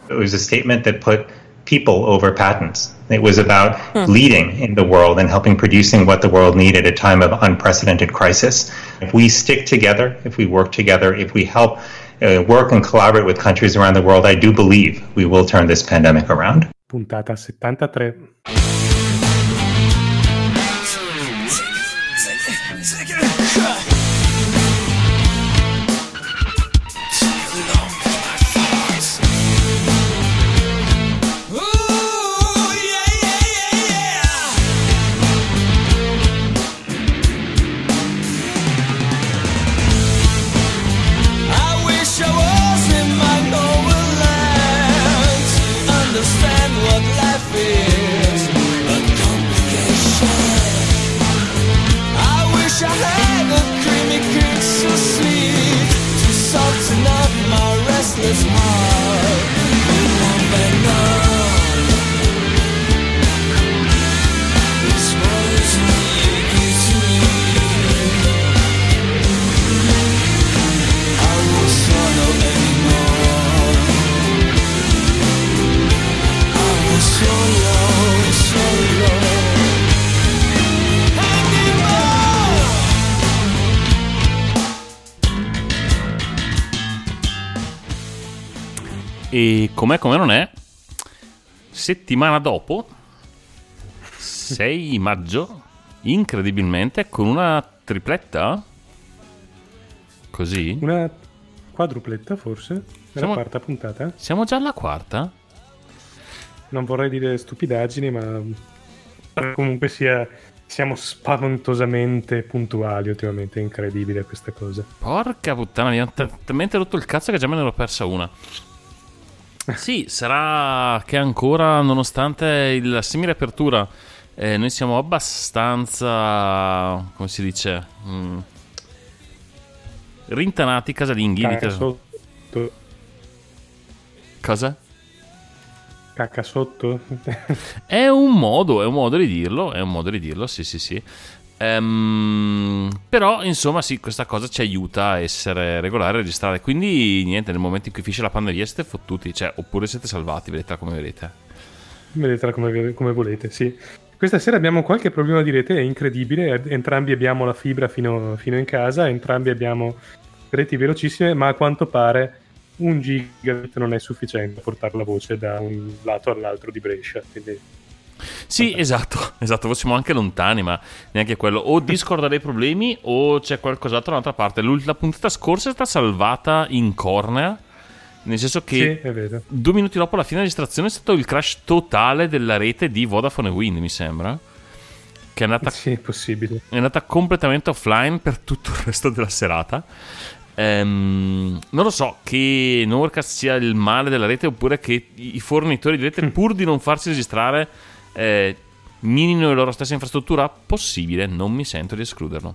It was a statement that put people over patents. It was about leading in the world and helping producing what the world needed at a time of unprecedented crisis. If we stick together, if we work together, if we help work and collaborate with countries around the world, I do believe we will turn this pandemic around. Puntata 73. E com'è come non è, settimana dopo, 6 maggio, incredibilmente, con una tripletta? Così? Una quadrupletta forse? È la quarta puntata? Siamo già alla quarta? Non vorrei dire stupidaggini, ma comunque siamo spaventosamente puntuali ultimamente, è incredibile questa cosa. Porca puttana, mi ha talmente rotto il cazzo che già me ne ero persa una. Sì, sarà che ancora, nonostante la simile apertura, noi siamo abbastanza, come si dice, rintanati, casalinghi. Cacca sotto. Cosa? Cacca sotto? È un modo di dirlo, sì. Però insomma sì, questa cosa ci aiuta a essere regolari, a registrare, quindi niente, nel momento in cui finisce la pandemia siete fottuti, cioè, oppure siete salvati, vedetela come volete, sì. Questa sera abbiamo qualche problema di rete, è incredibile, entrambi abbiamo la fibra fino in casa, entrambi abbiamo reti velocissime, ma a quanto pare 1 gigabit non è sufficiente a portare la voce da un lato all'altro di Brescia, quindi... Sì, esatto, siamo anche lontani, ma neanche quello. O Discord ha dei problemi o c'è qualcos'altro da un'altra parte. La puntata scorsa è stata salvata in cornea, nel senso che sì, è vero. 2 minuti dopo la fine registrazione è stato il crash totale della rete di Vodafone e Wind, mi sembra, che è andata, sì, è possibile. È andata completamente offline per tutto il resto della serata. Non lo so, che Nowercast sia il male della rete oppure che i fornitori di rete, pur di non farsi registrare, minino la loro stessa infrastruttura. Possibile, non mi sento di escluderlo.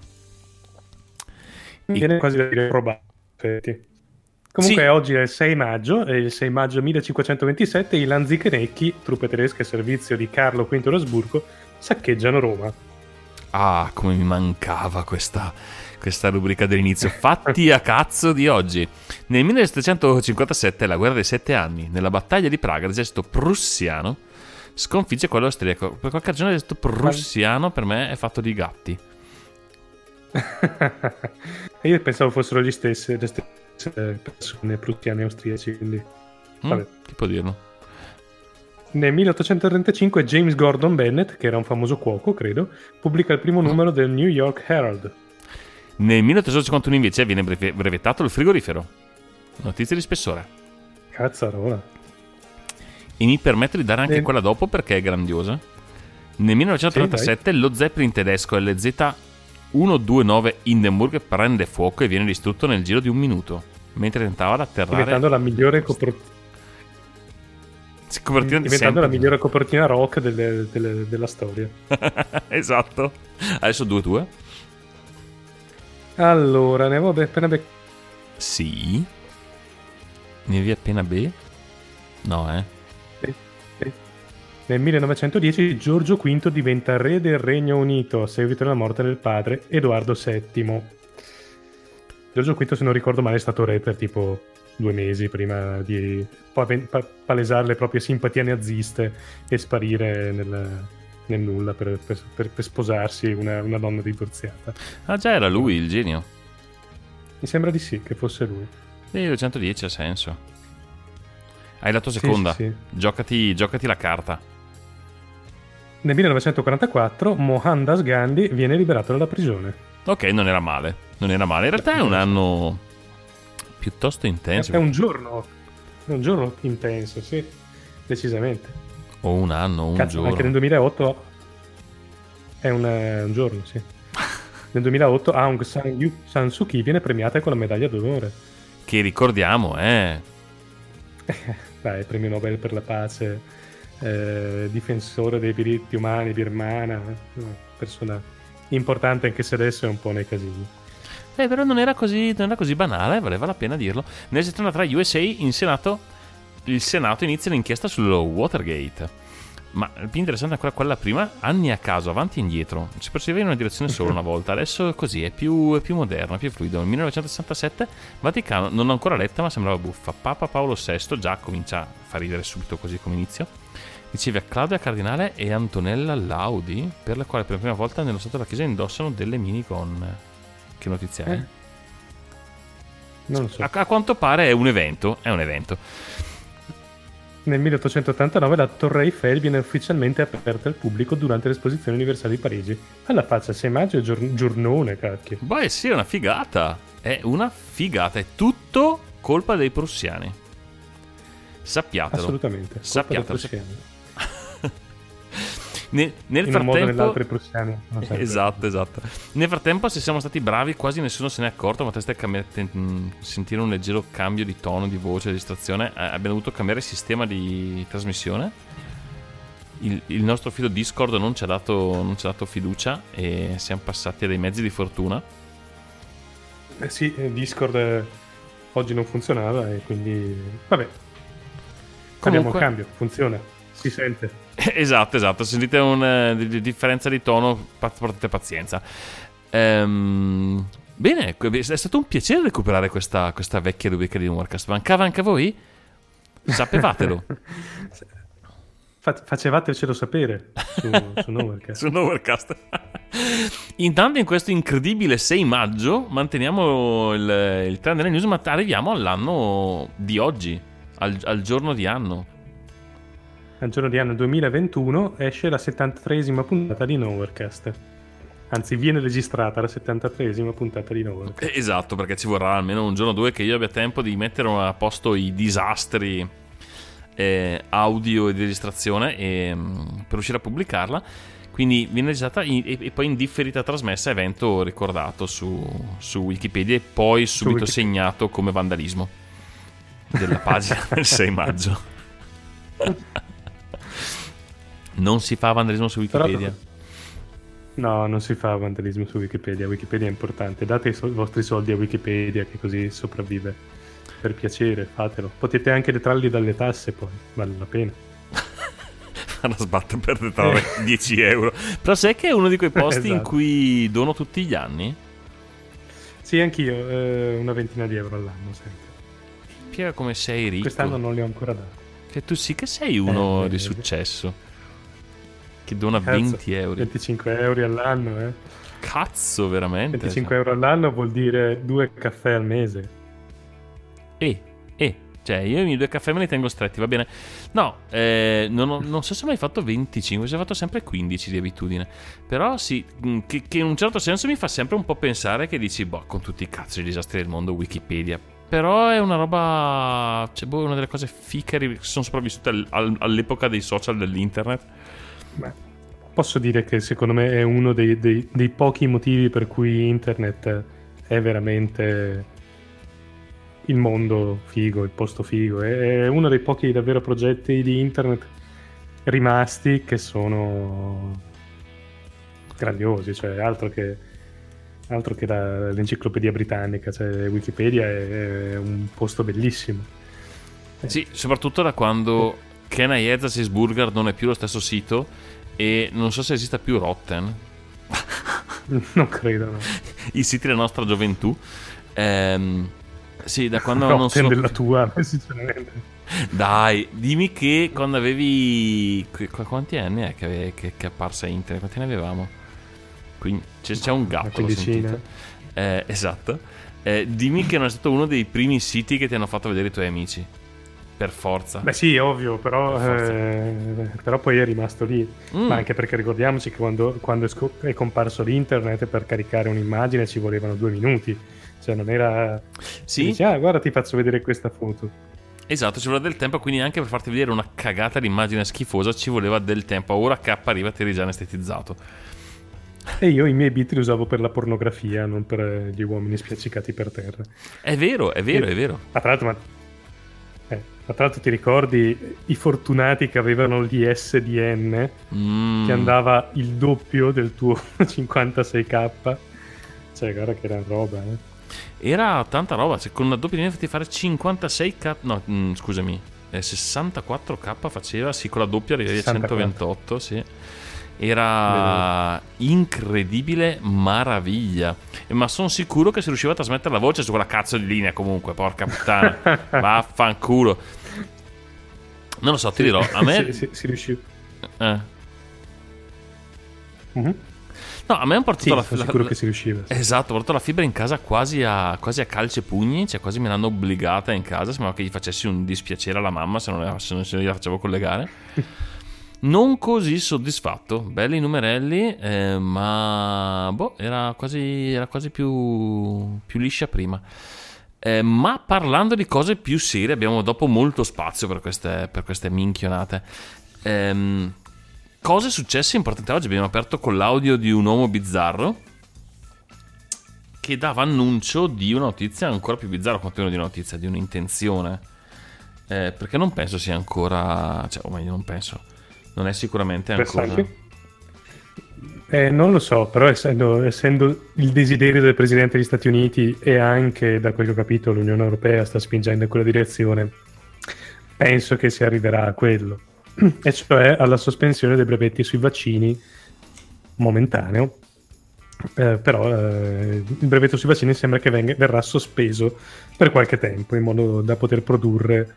Viene quasi da dire probabile. Comunque sì. Oggi è il 6 maggio e il 6 maggio 1527 i Lanzichenecchi, truppe tedesche a servizio di Carlo V d'Asburgo, saccheggiano Roma. Ah, come mi mancava questa rubrica dell'inizio. Fatti a cazzo di oggi. Nel 1757, la guerra dei 7 anni, nella battaglia di Praga, l'esercito prussiano sconfigge quello austriaco. Per qualche ragione l'esercito prussiano per me è fatto di gatti. Io pensavo fossero le stesse persone prussiane e austriaci, quindi vabbè. Chi può dirlo? Nel 1835 James Gordon Bennett, che era un famoso cuoco, credo, pubblica il primo numero del New York Herald. Nel 1851 invece viene brevettato il frigorifero. Notizie di spessore. Cazzarola. E mi permetto di dare anche quella dopo perché è grandiosa. Nel 1937 lo Zeppelin tedesco LZ-129 Hindenburg prende fuoco e viene distrutto nel giro di 1 minuto, mentre tentava di atterrare. Diventando la migliore la migliore copertina rock della storia. Esatto. Adesso 2-2. Allora, ne avevo appena Sì. Ne avevi appena No, Nel 1910 Giorgio V diventa re del Regno Unito a seguito della morte del padre Edoardo VII. Giorgio V, se non ricordo male, è stato re per tipo 2 mesi prima di palesare le proprie simpatie naziste e sparire nel nulla per sposarsi una donna divorziata. Ah già, era lui il genio. Mi sembra di sì, che fosse lui. 210 ha senso. Hai la tua seconda. Sì. Giocati la carta. Nel 1944 Mohandas Gandhi viene liberato dalla prigione. Ok, non era male. In realtà è un anno piuttosto intenso. È un giorno intenso, sì, decisamente. O un anno, giorno. Anche nel 2008 è un giorno, sì. Nel 2008 Aung San Suu Kyi viene premiata con la medaglia d'onore. Che ricordiamo, Dai, premio Nobel per la pace, difensore dei diritti umani, birmana, persona importante anche se adesso è un po' nei casini. Però non era così banale, valeva la pena dirlo. Nel 73 USA il Senato inizia l'inchiesta sul Watergate. Ma il più interessante è ancora quella prima, anni a caso, avanti e indietro. Si procedeva in una direzione solo una volta, adesso è così, è più moderno, è più fluido. Nel 1967 Vaticano, non l'ho ancora letta ma sembrava buffa, Papa Paolo VI, già comincia a far ridere subito così come inizio, riceve a Claudia Cardinale e Antonella Laudi, per la quale per la prima volta nello Stato della Chiesa indossano delle minigonne. Che notizia è? Non lo so. A quanto pare è un evento. Nel 1889 la Torre Eiffel viene ufficialmente aperta al pubblico durante l'esposizione universale di Parigi. Alla faccia, 6 maggio è giornone, cacchio. Beh sì, è una figata. È tutto colpa dei prussiani. Sappiatelo. Assolutamente. Sappiatelo. Nel in frattempo, un modo o nell'altro i prussiani. Esatto. Nel frattempo, se siamo stati bravi, quasi nessuno se n'è accorto. Ma testa sentire un leggero cambio di tono, di voce, di distrazione. Abbiamo dovuto cambiare il sistema di trasmissione. Il nostro filo Discord non ci ha dato fiducia e siamo passati a dei mezzi di fortuna. Sì, Discord oggi non funzionava e quindi vabbè. Abbiamo un cambio, funziona, si sente. Esatto, sentite una differenza di tono, portate pazienza. Bene, è stato un piacere recuperare questa vecchia rubrica di Nowherecast. Mancava anche a voi? Sapevatelo. Facevatecelo sapere su Nowherecast. Su Nowherecast. Intanto in questo incredibile 6 maggio manteniamo il trend delle news, ma arriviamo all'anno di oggi, al giorno di anno. Al giorno di anno 2021 esce la 73esima puntata di Nowherecast. Anzi, viene registrata la 73esima puntata di Nowherecast. Esatto, perché ci vorrà almeno un giorno o due che io abbia tempo di mettere a posto i disastri audio e di registrazione per riuscire a pubblicarla. Quindi viene registrata e poi in differita trasmessa, evento ricordato su Wikipedia e poi subito segnato come vandalismo della pagina del 6 maggio. Non si fa vandalismo su Wikipedia. No, non si fa vandalismo su Wikipedia. Wikipedia è importante. Date i vostri soldi a Wikipedia, che così sopravvive. Per piacere, fatelo. Potete anche detrarli dalle tasse, poi vale la pena. Fanno sbattere per detrarre 10 euro. Però sai che è uno di quei posti in cui dono tutti gli anni? Sì, anch'io. Una ventina di euro all'anno, sempre. Spiega come sei ricco. Quest'anno non li ho ancora dati. Che tu sì che sei uno di successo. Che dona 20 euro. 25 euro all'anno, Cazzo, veramente. 25 euro all'anno vuol dire 2 caffè al mese. Cioè, io i miei 2 caffè me li tengo stretti, va bene. No, non so se ho mai fatto 25, se ho fatto sempre 15 di abitudine. Però sì, che in un certo senso mi fa sempre un po' pensare che dici, con tutti i cazzo di disastri del mondo, Wikipedia. Però è una roba, cioè, una delle cose fiche che sono sopravvissute all'epoca dei social, dell'internet. Beh, posso dire che secondo me è uno dei pochi motivi per cui internet è veramente il mondo figo, il posto figo. È uno dei pochi davvero progetti di internet rimasti che sono grandiosi, cioè altro che l'enciclopedia britannica, cioè Wikipedia è un posto bellissimo. Sì, soprattutto da quando Kenai Cheeseburger non è più lo stesso sito e non so se esista più Rotten. Non credo, no. I siti della nostra gioventù. Sì, da quando non so... della tua, sinceramente. Dai, dimmi che quando avevi... Quanti anni è che è apparsa internet? Quanti ne avevamo? Quindi c'è un gatto, l'ho sentito. Esatto. Dimmi che non è stato uno dei primi siti che ti hanno fatto vedere i tuoi amici. Per forza. Beh sì, ovvio, però poi è rimasto lì. Ma anche perché ricordiamoci che quando è comparso l'internet, per caricare un'immagine ci volevano 2 minuti. Cioè non era... Sì? Dici, guarda, ti faccio vedere questa foto. Esatto, ci voleva del tempo, quindi anche per farti vedere una cagata di immagine schifosa ci voleva del tempo. Ora K arriva, ti eri già anestetizzato. E io i miei beat li usavo per la pornografia, non per gli uomini spiaccicati per terra. È vero. Ma tra l'altro ti ricordi i fortunati che avevano gli SDN, che andava il doppio del tuo 56k? Cioè, guarda che era roba, Era tanta roba, cioè con una doppia linea fatti fare 56k, no, scusami, 64k faceva, sì, con la doppia arrivavi a 128, sì. Era incredibile maraviglia. Ma sono sicuro che si riusciva a trasmettere la voce su quella cazzo di linea comunque, porca puttana. Vaffanculo. Non lo so, ti dirò, a me... si riusciva. No, a me hanno portato sono sicuro che si riusciva. Esatto, ho portato la fibra in casa quasi a calci e pugni, cioè quasi me l'hanno obbligata in casa, sembrava che gli facessi un dispiacere alla mamma se non gliela facevo collegare. Non così soddisfatto, belli i numerelli, ma era quasi più liscia prima. Ma parlando di cose più serie, abbiamo dopo molto spazio per queste minchionate. Cose successe importanti oggi. Abbiamo aperto con l'audio di un uomo bizzarro che dava annuncio di una notizia ancora più bizzarra, quanto di una notizia, di un'intenzione, perché non penso sia ancora, cioè, o meglio, non penso, non è sicuramente ancora. Non lo so, però essendo il desiderio del Presidente degli Stati Uniti, e anche da quel che ho capito l'Unione Europea sta spingendo in quella direzione, penso che si arriverà a quello, e cioè alla sospensione dei brevetti sui vaccini momentaneo. Però il brevetto sui vaccini sembra che verrà sospeso per qualche tempo, in modo da poter produrre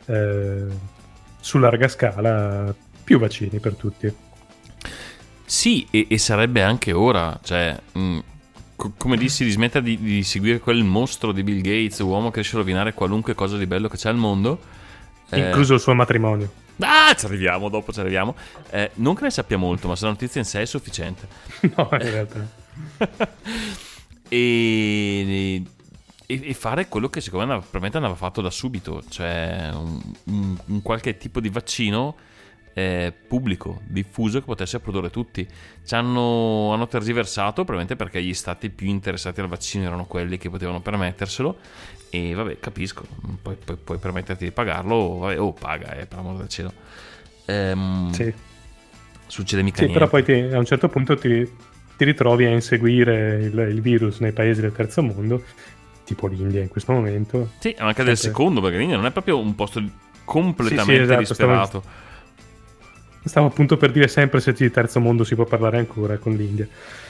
su larga scala più vaccini per tutti. Sì, e sarebbe anche ora, cioè, come dissi, di smettere di seguire quel mostro di Bill Gates, uomo che riesce a rovinare qualunque cosa di bello che c'è al mondo, incluso il suo matrimonio. Ci arriviamo, dopo ci arriviamo. Non che ne sappia molto, ma se la notizia in sé è sufficiente. No, in realtà. e fare quello che secondo me probabilmente andava fatto da subito, cioè un qualche tipo di vaccino pubblico, diffuso, che potesse produrre tutti. Hanno tergiversato, probabilmente perché gli stati più interessati al vaccino erano quelli che potevano permetterselo, e vabbè, capisco, puoi permetterti di pagarlo, vabbè, paga, per l'amor del cielo. Sì. Succede mica niente. Però poi a un certo punto ti ritrovi a inseguire il virus nei paesi del terzo mondo, tipo l'India in questo momento. Sì, ma anche del secondo, perché l'India non è proprio un posto completamente esatto, disperato. Stavo appunto per dire, sempre se di terzo mondo si può parlare ancora con l'India.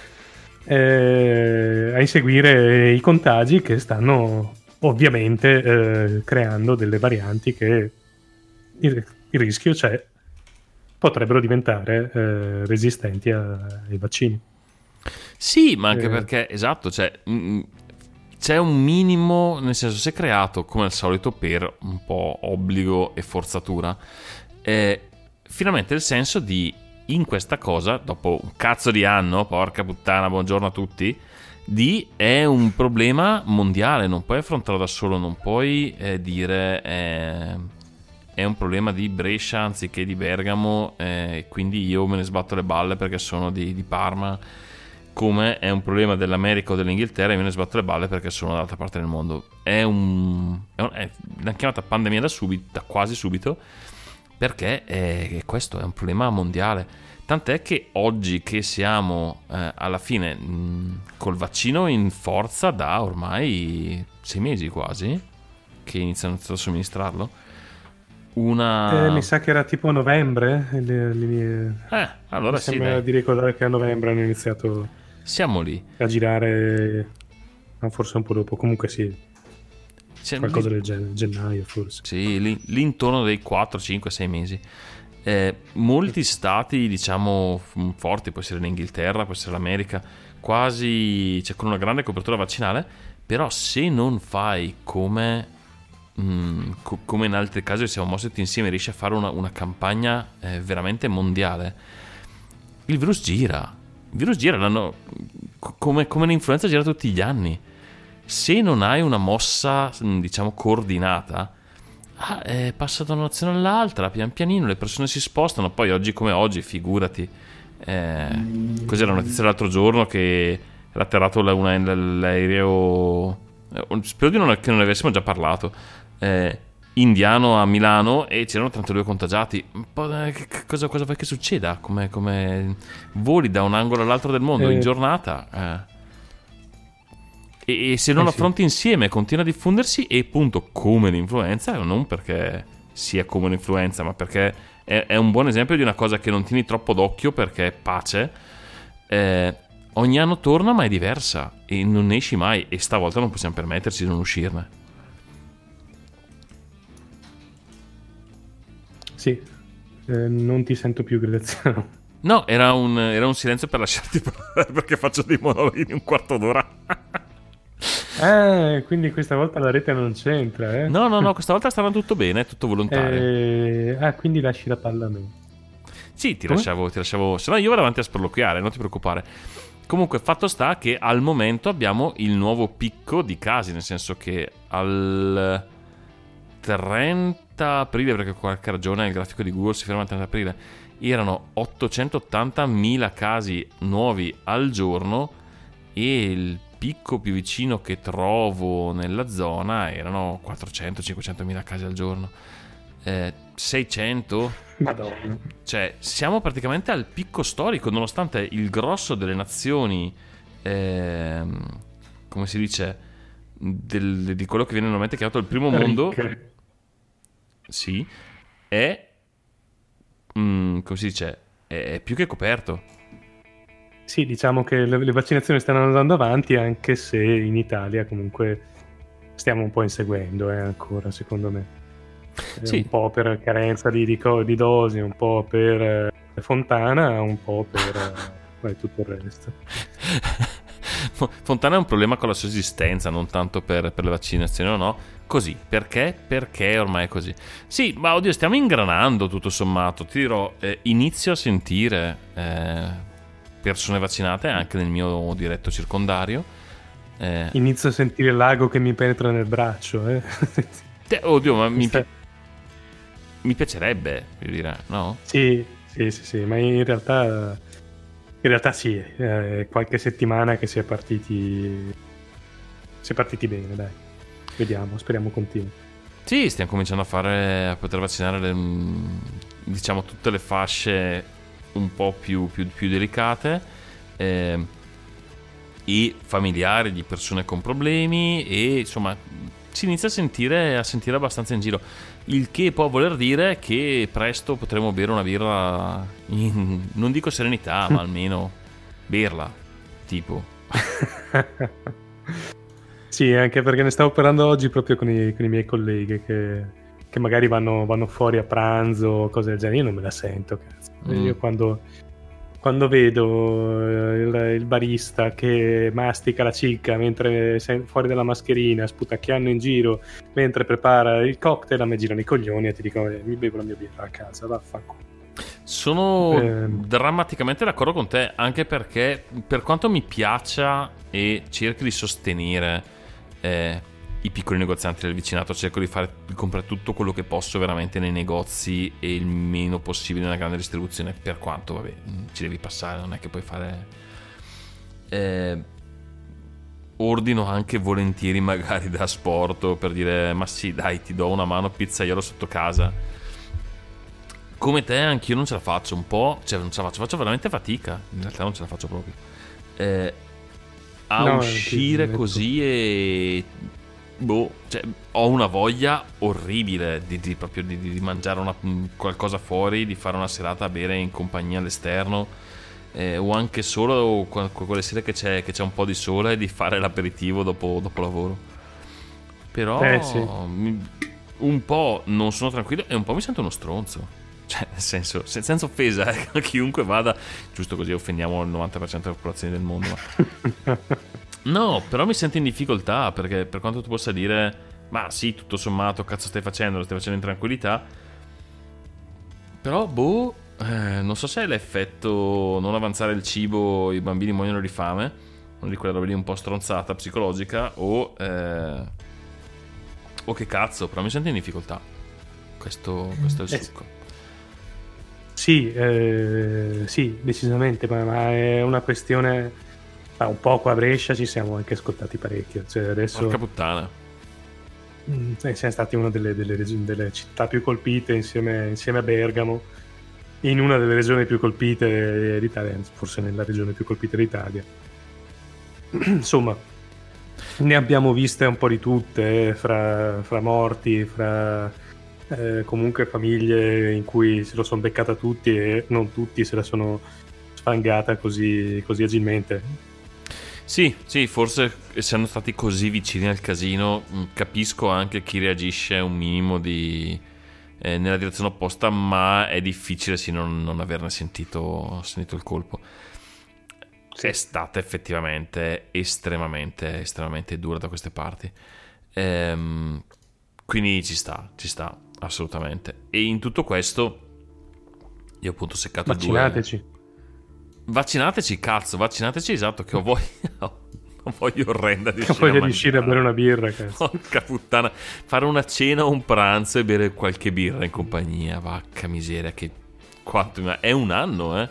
A inseguire i contagi che stanno ovviamente creando delle varianti che il rischio c'è, potrebbero diventare resistenti ai vaccini. Sì, ma anche perché, esatto, cioè, c'è un minimo, nel senso, si è creato come al solito per un po' obbligo e forzatura, finalmente il senso di, in questa cosa, dopo un cazzo di anno, porca puttana, buongiorno a tutti, è un problema mondiale, non puoi affrontarlo da solo, non puoi dire è un problema di Brescia anziché di Bergamo, quindi io me ne sbatto le balle perché sono di Parma, come è un problema dell'America o dell'Inghilterra e me ne sbatto le balle perché sono dall'altra parte del mondo. L'hanno chiamata pandemia da quasi subito, perché questo è un problema mondiale. Tant'è che oggi che siamo alla fine col vaccino in forza da ormai 6 mesi quasi che iniziano a somministrarlo, mi sa che era tipo novembre, allora mi sembra di ricordare che a novembre hanno iniziato, siamo lì a girare, forse un po' dopo, comunque sì. Qualcosa del genere, gennaio forse. Sì, lì intorno dei 4, 5, 6 mesi. Molti stati, diciamo, forti, può essere l'Inghilterra, può essere l'America, quasi, cioè, con una grande copertura vaccinale, però se non fai come in altri casi siamo mossi tutti insieme, riesci a fare una campagna veramente mondiale, il virus gira. Come l'influenza gira tutti gli anni. Se non hai una mossa, diciamo, coordinata, passa da una nazione all'altra, pian pianino le persone si spostano. Poi oggi come oggi, figurati, cos'era la notizia dell'altro giorno che era atterrato l'aereo, spero che non ne avessimo già parlato, indiano a Milano, e c'erano 32 contagiati. Cosa vuoi che succeda? Come voli da un angolo all'altro del mondo in giornata, e se non affronti insieme continua a diffondersi, e appunto come l'influenza, non perché sia come l'influenza, ma perché è un buon esempio di una cosa che non tieni troppo d'occhio perché è pace. Ogni anno torna, ma è diversa e non ne esci mai, e stavolta non possiamo permetterci di non uscirne. Sì, non ti sento più, Graziano. No, era un silenzio per lasciarti parlare, perché faccio dei monologhi di un quarto d'ora. Quindi questa volta la rete non c'entra, No, questa volta stava tutto bene, è tutto volontario. Quindi lasci la palla a me. Sì, ti lasciavo, se no io vado avanti a sproloquiare, non ti preoccupare. Comunque, fatto sta che al momento abbiamo il nuovo picco di casi, nel senso che al 30 aprile, perché per qualche ragione il grafico di Google si ferma al 30 aprile, erano 880.000 casi nuovi al giorno, e il picco più vicino che trovo nella zona erano 400-500.000 casi al giorno. 600? Madonna. Cioè, siamo praticamente al picco storico, nonostante il grosso delle nazioni, come si dice, di quello che viene normalmente chiamato il primo mondo, sì, è come si dice, è più che coperto. Sì, diciamo che le vaccinazioni stanno andando avanti, anche se in Italia comunque stiamo un po' inseguendo ancora, secondo me. Sì. Un po' per carenza di dosi, un po' per Fontana, un po' per tutto il resto. Fontana è un problema con la sua esistenza, non tanto per le vaccinazioni o no. Così, perché? Perché ormai è così. Sì, ma oddio, stiamo ingranando tutto sommato. Ti dirò, inizio a sentire persone vaccinate anche nel mio diretto circondario. Inizio a sentire l'ago che mi penetra nel braccio. Oddio, ma mi piacerebbe, voglio dire, no? Sì, ma in realtà sì, qualche settimana che si è partiti bene, dai. Vediamo, speriamo continui. Sì, stiamo cominciando a poter vaccinare diciamo tutte le fasce un po' più delicate, e familiari di persone con problemi, e insomma si inizia a sentire abbastanza in giro, il che può voler dire che presto potremo bere una birra non dico serenità, ma almeno berla, tipo. Sì, anche perché ne stavo parlando oggi proprio con i miei colleghi che magari vanno fuori a pranzo, cose del genere. Io non me la sento, cazzo. Io quando vedo il barista che mastica la cicca mentre sei fuori dalla mascherina, sputacchiando in giro mentre prepara il cocktail, a me girano i coglioni e ti dico mi bevo la mia birra a casa, vaffanculo. Sono drammaticamente d'accordo con te, anche perché per quanto mi piaccia e cerchi di sostenere i piccoli negozianti del vicinato, cerco di comprare tutto quello che posso veramente nei negozi e il meno possibile nella grande distribuzione, per quanto vabbè ci devi passare, non è che puoi fare, ordino anche volentieri magari da sport, per dire ma sì dai ti do una mano pizzaiolo sotto casa. Come te anch'io non ce la faccio un po', cioè non ce la faccio veramente fatica, in realtà non ce la faccio proprio uscire così, e cioè, ho una voglia orribile di mangiare qualcosa fuori, di fare una serata a bere in compagnia all'esterno, o anche solo quelle sere che c'è un po' di sole, di fare l'aperitivo dopo lavoro. Però sì. un po' non sono tranquillo e un po' mi sento uno stronzo. Cioè, nel senso, senza offesa a chiunque vada, giusto così offendiamo il 90% della popolazione del mondo. Ma... no, però mi sento in difficoltà, perché per quanto tu possa dire, ma sì, tutto sommato, cazzo stai facendo? Lo stai facendo in tranquillità. Però, non so se è l'effetto non avanzare il cibo, i bambini muoiono di fame, una di quelle robe lì un po' stronzata psicologica, o che cazzo, però mi sento in difficoltà. Questo è il succo. Sì, decisamente, ma è una questione. Un po' qua a Brescia ci siamo anche scottati parecchio. Cioè adesso, porca puttana. Siamo stati una delle città più colpite insieme a Bergamo, in una delle regioni più colpite d'Italia, forse nella regione più colpita d'Italia. Insomma, ne abbiamo viste un po' di tutte, fra morti, fra comunque famiglie in cui se lo sono beccata tutti e non tutti se la sono sfangata così agilmente. Sì, forse essendo stati così vicini al casino, capisco anche chi reagisce un minimo nella direzione opposta, ma è difficile sì non averne sentito il colpo. Sì. È stata effettivamente estremamente dura da queste parti. Quindi ci sta assolutamente. E in tutto questo io appunto ho seccato vaccinateci, esatto, che ho voglia orrenda di uscire a bere una birra, cazzo. Porca puttana, fare una cena o un pranzo e bere qualche birra in compagnia, vacca miseria, che quanto è un anno,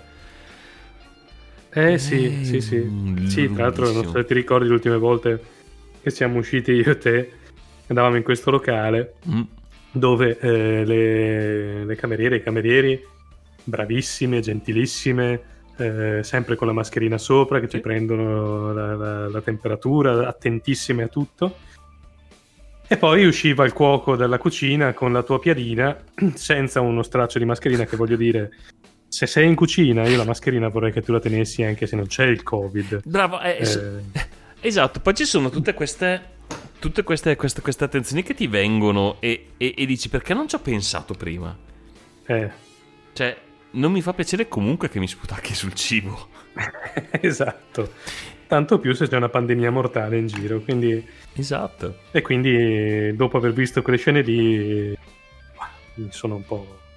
sì, tra l'altro non so se ti ricordi le ultime volte che siamo usciti io e te, andavamo in questo locale dove le cameriere e i camerieri bravissime, gentilissime, sempre con la mascherina sopra che ti prendono la temperatura, attentissime a tutto. E poi usciva il cuoco dalla cucina con la tua piadina senza uno straccio di mascherina, che voglio dire, se sei in cucina io la mascherina vorrei che tu la tenessi anche se non c'è il Covid. Bravo, esatto. Poi ci sono tutte queste attenzioni che ti vengono e dici perché non ci ho pensato prima. Cioè, non mi fa piacere comunque che mi sputacchi sul cibo. Esatto. Tanto più se c'è una pandemia mortale in giro, quindi... Esatto. E quindi, dopo aver visto quelle scene lì, mi sono un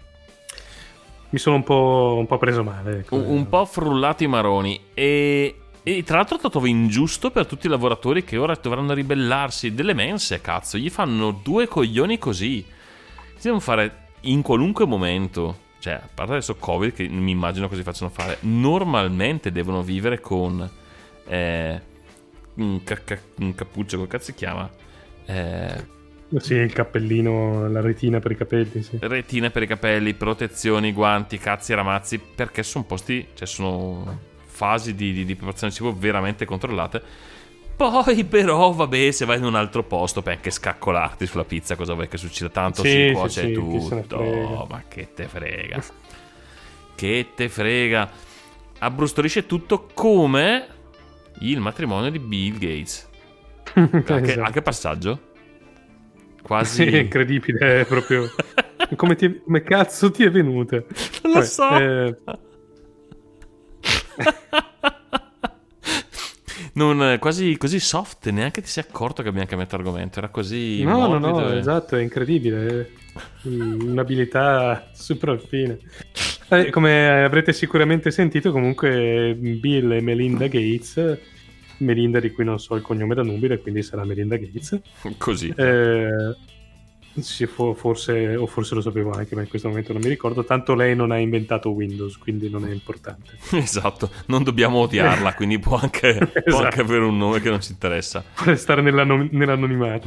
po' preso male. Ecco. Un po' frullato i maroni. E tra l'altro trovo ingiusto per tutti i lavoratori che ora dovranno ribellarsi. Delle mense, cazzo, gli fanno due coglioni così. Si devono fare in qualunque momento. Cioè, a parte adesso Covid, che mi immagino cosa facciano fare, normalmente devono vivere con un cappuccio, come cazzo si chiama? Sì, il cappellino, la retina per i capelli, sì. Retina per i capelli, protezioni, guanti, cazzi e ramazzi, perché sono posti, cioè sono fasi di preparazione del cibo veramente controllate. Poi però, vabbè, se vai in un altro posto per anche scaccolarti sulla pizza, cosa vuoi che succeda? Tanto si cuoce tutto, ma che te frega. Che te frega. Abbrustolisce tutto come il matrimonio di Bill Gates. Anche passaggio? Quasi... Sì, è incredibile, è proprio... come cazzo ti è venuta? Non lo so. Non, quasi così soft, neanche ti sei accorto che abbiamo cambiato argomento. Era così no, esatto, è incredibile, un'abilità super fine. Come avrete sicuramente sentito, comunque Bill e Melinda Gates, Melinda di cui non so il cognome da nubile, quindi sarà Melinda Gates, così sì, forse lo sapevo anche, ma in questo momento non mi ricordo. Tanto lei non ha inventato Windows, quindi non è importante. Esatto, non dobbiamo odiarla, quindi può anche avere un nome che non ci interessa. Può restare nell'anonimato.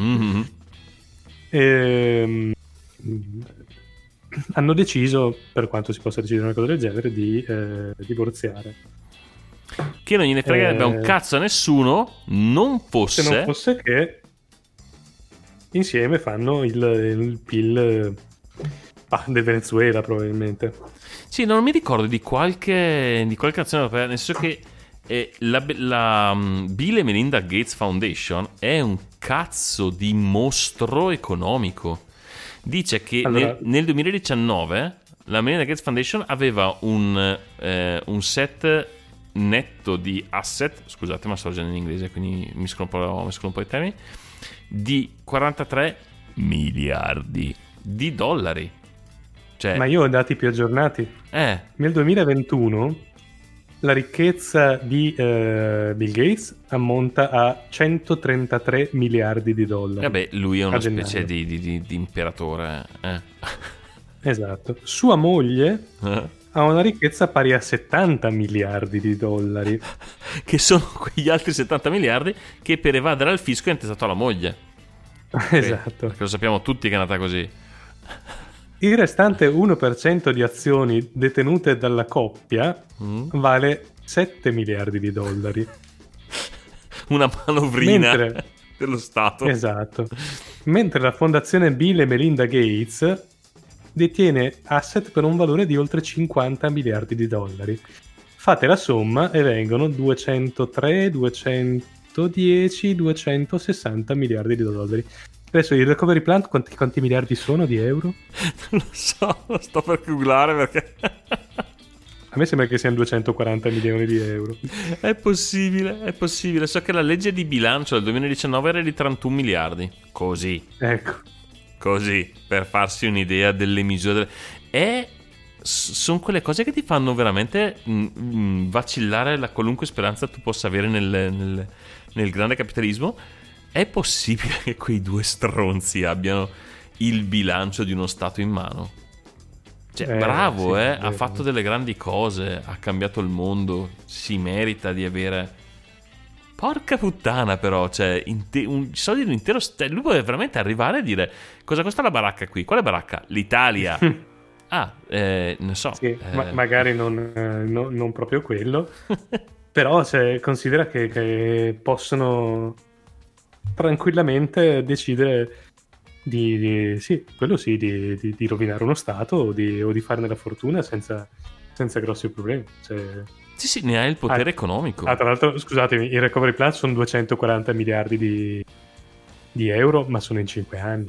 Hanno deciso, per quanto si possa decidere una cosa del genere, di divorziare. Che non gliene fregherebbe un cazzo a nessuno, se non fosse che insieme fanno il PIL del Venezuela, probabilmente. Sì, non mi ricordo di qualche nazione europea, nel senso che la Bill e Melinda Gates Foundation è un cazzo di mostro economico. Dice che Allora, nel 2019 la Melinda Gates Foundation aveva un set netto di asset, scusate ma sto leggendo in inglese quindi mescolo un po' i termini, di 43 miliardi di dollari. Cioè, ma io ho dati più aggiornati. Nel 2021 la ricchezza di Bill Gates ammonta a 133 miliardi di dollari. vabbè, lui è una A gennaio. specie di imperatore. Esatto. Sua moglie ha una ricchezza pari a 70 miliardi di dollari. Che sono quegli altri 70 miliardi che per evadere al fisco è intestato alla moglie. Esatto. Perché lo sappiamo tutti che è nata così. Il restante 1% di azioni detenute dalla coppia vale 7 miliardi di dollari. Una manovrina Mentre- dello Stato. Esatto. Mentre la fondazione Bill e Melinda Gates detiene asset per un valore di oltre 50 miliardi di dollari. Fate la somma e vengono 203, 210, 260 miliardi di dollari. Adesso il recovery plan quanti miliardi sono di euro? Non lo so, lo sto per googlare perché A me sembra che siano 240 milioni di euro. è possibile. So che la legge di bilancio del 2019 era di 31 miliardi. Così, per farsi un'idea delle misure. E sono quelle cose che ti fanno veramente vacillare la qualunque speranza tu possa avere nel grande capitalismo. È possibile che quei due stronzi abbiano il bilancio di uno Stato in mano? Cioè, bravo, sì, ha fatto delle grandi cose, ha cambiato il mondo, si merita di avere... Porca puttana però, cioè, i soldi di un intero... lui vuole veramente arrivare a dire, cosa costa la baracca qui? Quale baracca? L'Italia. Ne so. Sì, magari non proprio quello, però considera che possono tranquillamente decidere di rovinare uno Stato o di farne la fortuna senza grossi problemi. Cioè, Sì, ne ha il potere economico. tra l'altro, scusatemi, il recovery plan sono 240 miliardi di euro, ma sono in 5 anni.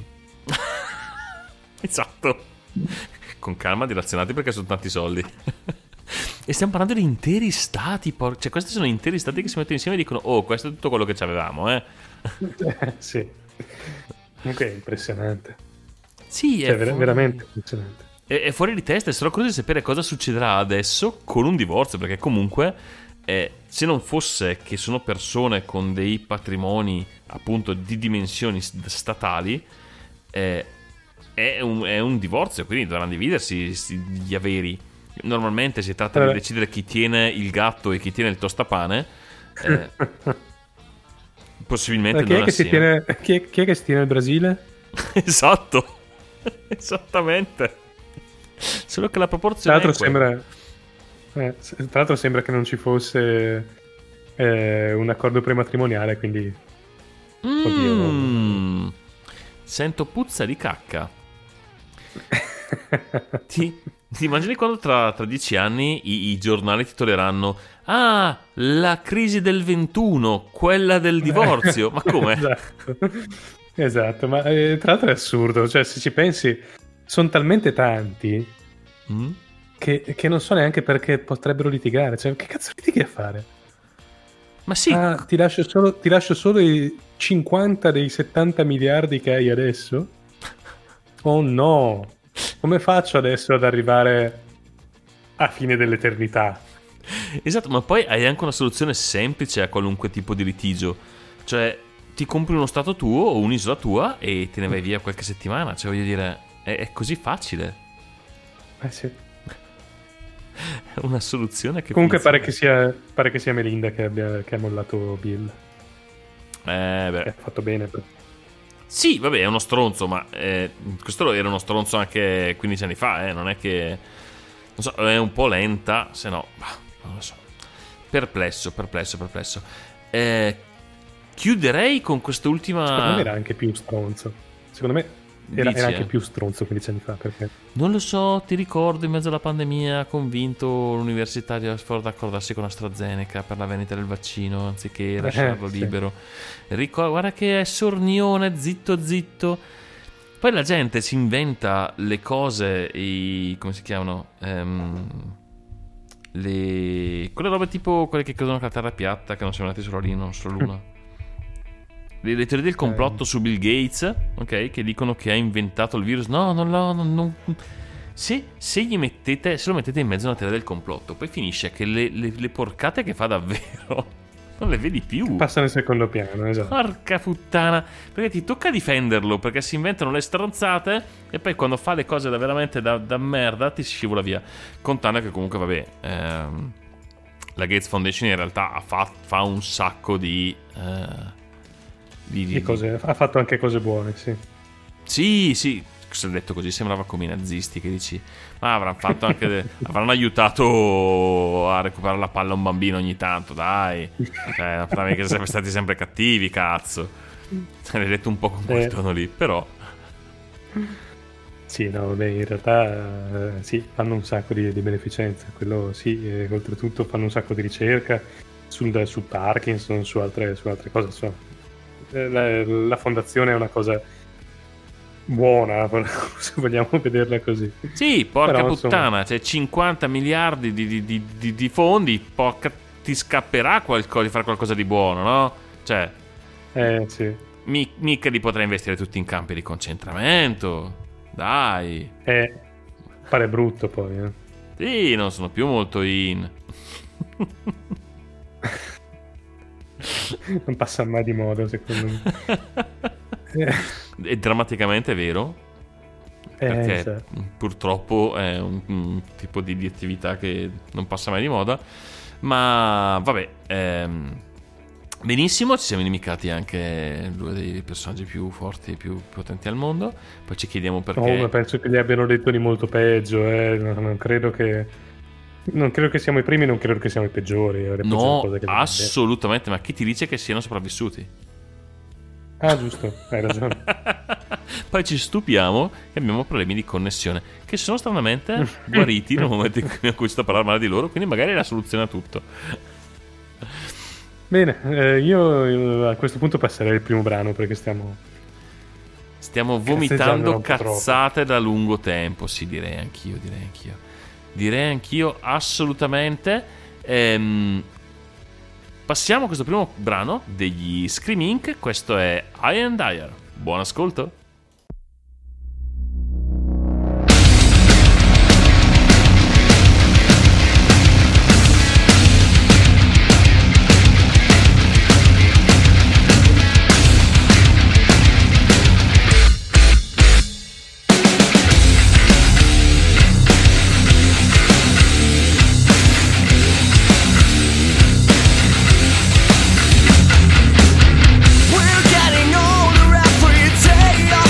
Esatto. Con calma, dilazionati perché sono tanti soldi. E stiamo parlando di interi stati. Cioè, questi sono interi stati che si mettono insieme e dicono: oh, questo è tutto quello che avevamo, Sì. Comunque è impressionante. Sì, Cioè, veramente impressionante. È fuori di testa. E sarò curioso di sapere cosa succederà adesso con un divorzio. Perché comunque, se non fosse che sono persone con dei patrimoni appunto di dimensioni statali, è un divorzio, quindi dovranno dividersi gli averi. Normalmente si tratta di decidere chi tiene il gatto e chi tiene il tostapane. Possibilmente chi non è che assieme. chi è che si tiene il Brasile? Esatto. Esattamente. Solo che la proporzione Tra è quella. l'altro sembra che non ci fosse un accordo prematrimoniale, quindi oddio. Sento puzza di cacca. Ti immagini quando tra 10 anni i giornali titoleranno: ah, la crisi del 21, quella del divorzio. Ma come? Esatto, ma tra l'altro è assurdo. Cioè, se ci pensi, sono talmente tanti che non so neanche perché potrebbero litigare. Cioè, che cazzo litighi a fare? Ma sì. Ti lascio solo i 50 dei 70 miliardi che hai adesso? Oh no! Come faccio adesso ad arrivare a fine dell'eternità? Esatto, ma poi hai anche una soluzione semplice a qualunque tipo di litigio. Cioè, ti compri uno stato tuo o un'isola tua e te ne vai via qualche settimana. Cioè, voglio dire, è così facile. Sì. È una soluzione che comunque funziona. pare che sia Melinda che ha mollato Bill. Ha fatto bene. Sì, vabbè, è uno stronzo, ma questo era uno stronzo anche 15 anni fa, non è che... Non so, è un po' lenta, se no... non lo so. Perplesso. Chiuderei con quest'ultima... Secondo me era anche più stronzo. Secondo me era anche più stronzo 15 anni fa, perché non lo so, ti ricordo in mezzo alla pandemia ha convinto l'università di Oxford ad accordarsi con AstraZeneca per la vendita del vaccino anziché lasciarlo libero. Guarda che è sornione, zitto. Poi la gente si inventa le cose, come si chiamano? Quelle robe tipo quelle che credono che la terra è piatta, che non siamo andati solo lì, non solo l'una. Le teorie del complotto su Bill Gates, ok, che dicono che ha inventato il virus. No, non. Se lo mettete in mezzo a una teoria del complotto, poi finisce che le porcate che fa davvero non le vedi più. Passano in secondo piano, esatto. Porca puttana, perché ti tocca difenderlo, perché si inventano le stronzate e poi quando fa le cose veramente da merda ti scivola via. Contando che comunque, vabbè, la Gates Foundation in realtà fa un sacco di cose, ha fatto anche cose buone, sì. Sì, se detto così sembrava come i nazisti, che dici, ma avranno fatto anche avranno aiutato a recuperare la palla a un bambino ogni tanto, dai, cioè, non è che siamo stati sempre cattivi, cazzo. L'hai detto un po' con quel tono lì, però sì, no, vabbè, in realtà sì, fanno un sacco di beneficenza, quello sì, oltretutto fanno un sacco di ricerca sul Parkinson, su altre cose, insomma. La fondazione è una cosa buona, se vogliamo vederla così. Sì, porca però, puttana, c'è 50 miliardi di fondi, ti scapperà qualcosa di fare qualcosa di buono, no? Cioè, sì. Mica li potrei investire tutti in campi di concentramento, dai. Pare brutto poi, Sì, non sono più molto in. Non passa mai di moda, secondo me. È drammaticamente vero, perché purtroppo è un tipo di attività che non passa mai di moda, ma vabbè, benissimo, ci siamo inimicati anche due dei personaggi più forti e più potenti al mondo. Poi ci chiediamo perché. Ma penso che gli abbiano detto di molto peggio, non credo che siamo i primi, non credo che siamo i peggiori. No, assolutamente, ma chi ti dice che siano sopravvissuti? Ah, giusto, hai ragione. Poi ci stupiamo che abbiamo problemi di connessione, che sono stranamente guariti nel momento in cui sto a parlare male di loro, quindi magari è la soluzione a tutto. Bene, io a questo punto passerei al primo brano, perché stiamo vomitando cazzate da lungo tempo. Sì, direi anch'io assolutamente. Passiamo a questo primo brano degli Scream Inc. Questo è I Am Dire. Buon ascolto. We're getting older every day.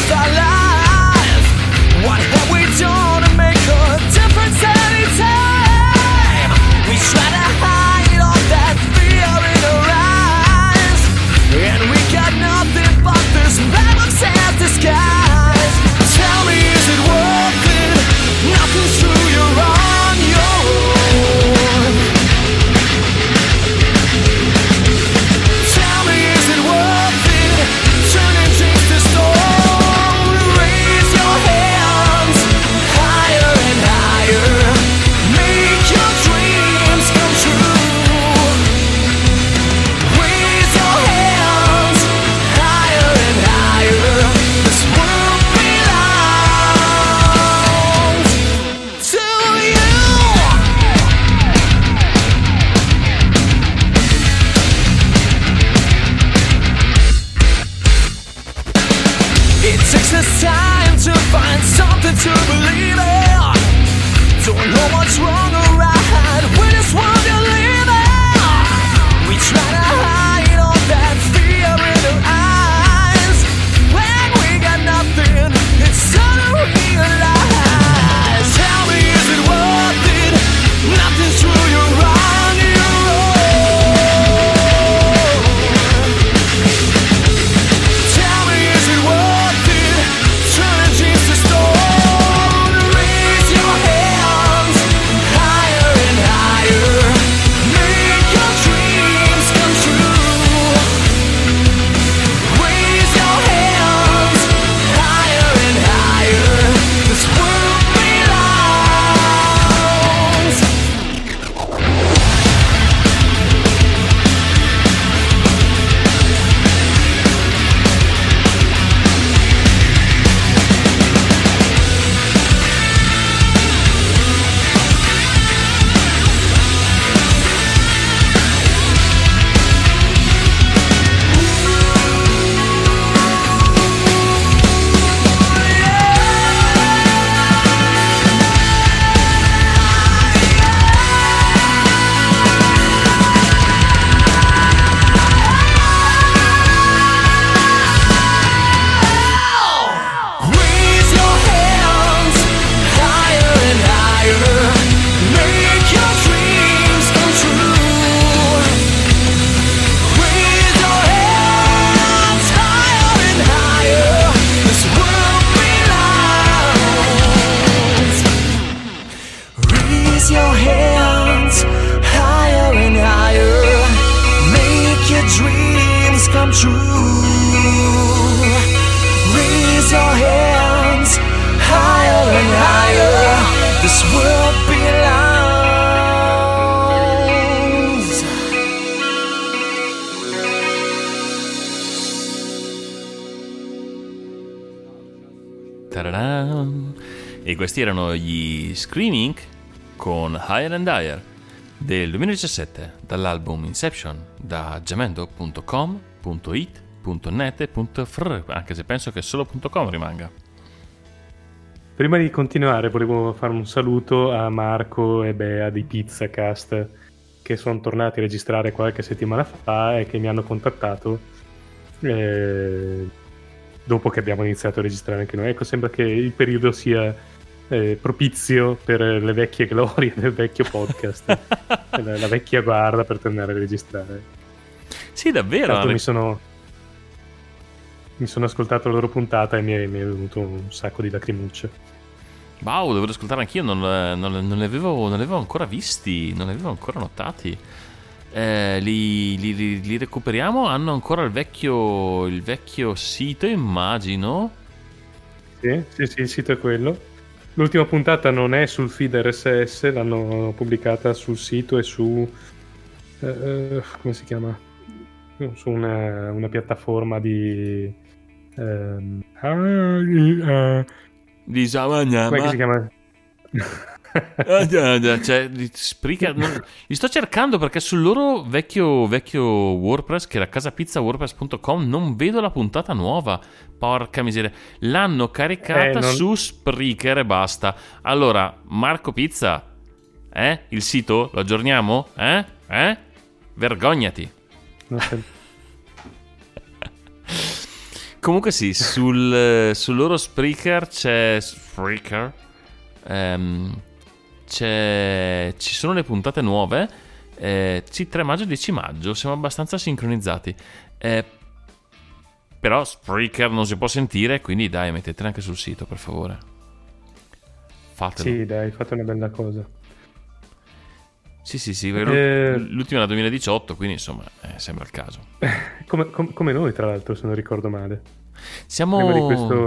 Raise your hands higher and higher. Make your dreams come true. Raise your hands higher and higher. This world belongs. Ta-da-dam. E questi erano gli Screaming con Higher and Higher del 2017 dall'album Inception da jamendo.com.it.net e .fr, anche se penso che solo .com rimanga. Prima di continuare volevo fare un saluto a Marco e Bea di Pizzacast, che sono tornati a registrare qualche settimana fa e che mi hanno contattato dopo che abbiamo iniziato a registrare anche noi. Ecco, sembra che il periodo sia propizio per le vecchie glorie del vecchio podcast, la vecchia guarda per tornare a registrare. Sì, davvero. Tanto mi sono ascoltato la loro puntata e mi è venuto un sacco di lacrimucce. Wow, dovevo ascoltare anch'io, non li avevo ancora visti, non li avevo ancora notati. Li recuperiamo? Hanno ancora il vecchio sito, immagino. Sì, il sito è quello. L'ultima puntata non è sul feed RSS, l'hanno pubblicata sul sito e su come si chiama? Su una piattaforma di come si chiama? Cioè, li sto cercando perché sul loro vecchio WordPress, che era casapizzaWordPress.com, non vedo la puntata nuova. Porca miseria, l'hanno caricata su Spreaker e basta. Allora, Marco Pizza, il sito lo aggiorniamo? Vergognati. Comunque sì, sul loro Spreaker c'è Spreaker. Ci sono le puntate nuove, 3 maggio e 10 maggio, siamo abbastanza sincronizzati, però Spreaker non si può sentire, quindi dai, mettetela anche sul sito, per favore, fatelo. Sì, dai, fate una bella cosa. Sì, l'ultima era 2018, quindi insomma sembra il caso. Come noi, tra l'altro, se non ricordo male. Siamo prima di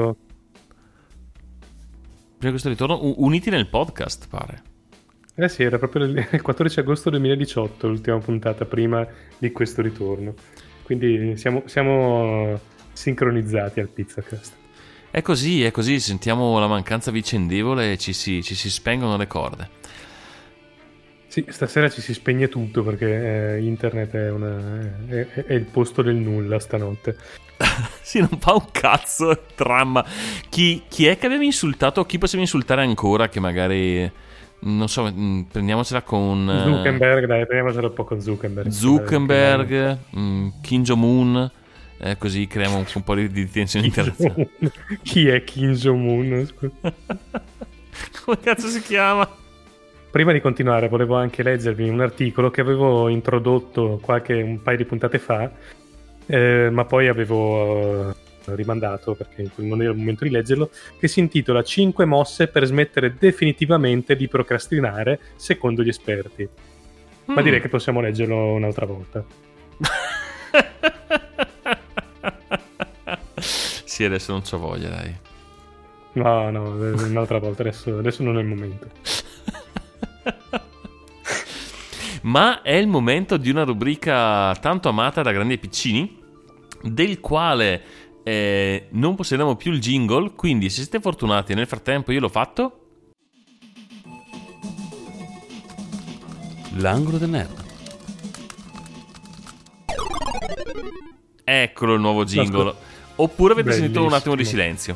questo ritorno uniti nel podcast, pare. Sì, era proprio il 14 agosto 2018 l'ultima puntata prima di questo ritorno, quindi siamo sincronizzati al Pizzacast. È così, sentiamo la mancanza vicendevole e ci si spengono le corde. Sì, stasera ci si spegne tutto perché internet è il posto del nulla stanotte. Sì, non fa un cazzo, dramma. Chi è che aveva insultato? Chi possiamo insultare ancora che magari... Non so, prendiamocela con... Zuckerberg, dai, prendiamocela un po' con Zuckerberg, Kim Jong-un, così creiamo un po' di tensione internazionale. Chi è Kim Jong-un? Come cazzo si chiama? Prima di continuare volevo anche leggervi un articolo che avevo introdotto un paio di puntate fa, ma poi avevo rimandato perché non era il momento di leggerlo, che si intitola 5 mosse per smettere definitivamente di procrastinare secondo gli esperti. Ma direi che possiamo leggerlo un'altra volta. Sì, adesso non c'ho voglia, dai. No, un'altra volta, adesso non è il momento. Ma è il momento di una rubrica tanto amata da grandi e piccini, del quale non possediamo più il jingle, quindi se siete fortunati nel frattempo io l'ho fatto. L'angolo del nerd. Eccolo il nuovo jingle. Oppure avete Bellissimo. sentito un attimo di silenzio.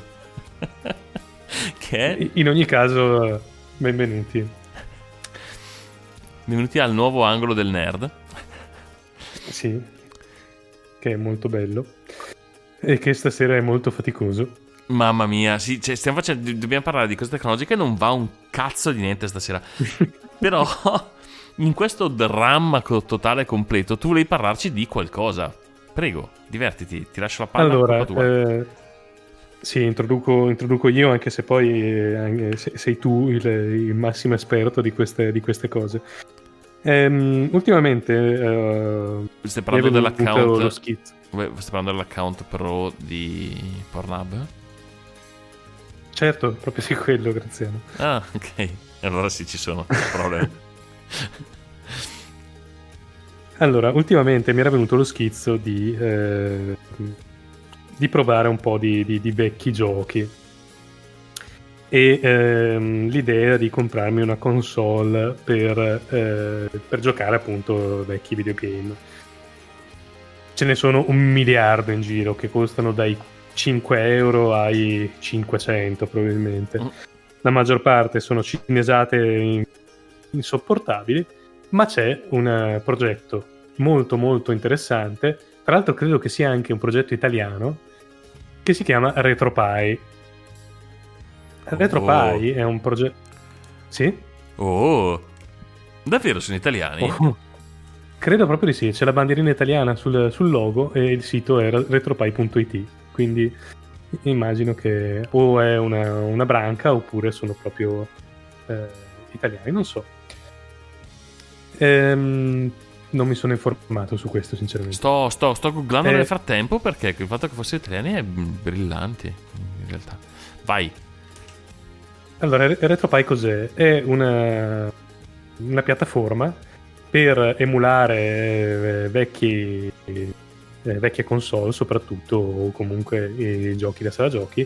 Che in ogni caso, benvenuti al nuovo angolo del nerd. Sì, che è molto bello e che stasera è molto faticoso. Mamma mia, sì, dobbiamo parlare di cose tecnologiche, non va un cazzo di niente stasera. Però in questo dramma totale completo tu volevi parlarci di qualcosa. Prego, divertiti, ti lascio la palla. Allora, Sì, introduco io, anche se poi sei tu il massimo esperto di queste cose. Ultimamente Stai parlando dell'account lo schizzo. Stai parlando dell'account pro di Pornhub? Certo, proprio sì, quello, Graziano. Ah, ok. Allora sì, ci sono problemi. Allora, ultimamente mi era venuto lo schizzo di provare un po' di vecchi giochi e l'idea di comprarmi una console per giocare appunto vecchi videogame. Ce ne sono 1 miliardo in giro che costano dai 5 euro ai 500 probabilmente. La maggior parte sono cinesate insopportabili, ma c'è un progetto molto molto interessante, tra l'altro credo che sia anche un progetto italiano, che si chiama RetroPie. RetroPie è un progetto... Sì? Oh, davvero sono italiani? Oh, credo proprio di sì, c'è la bandierina italiana sul logo e il sito è retropie.it, quindi immagino che o è una branca oppure sono proprio italiani, non so. Non mi sono informato su questo, sinceramente. Sto googlando nel frattempo, perché il fatto che fossero italiani è brillante, in realtà. Vai. Allora, RetroPie cos'è? È una piattaforma per emulare vecchie console, soprattutto, o comunque i giochi da sala giochi,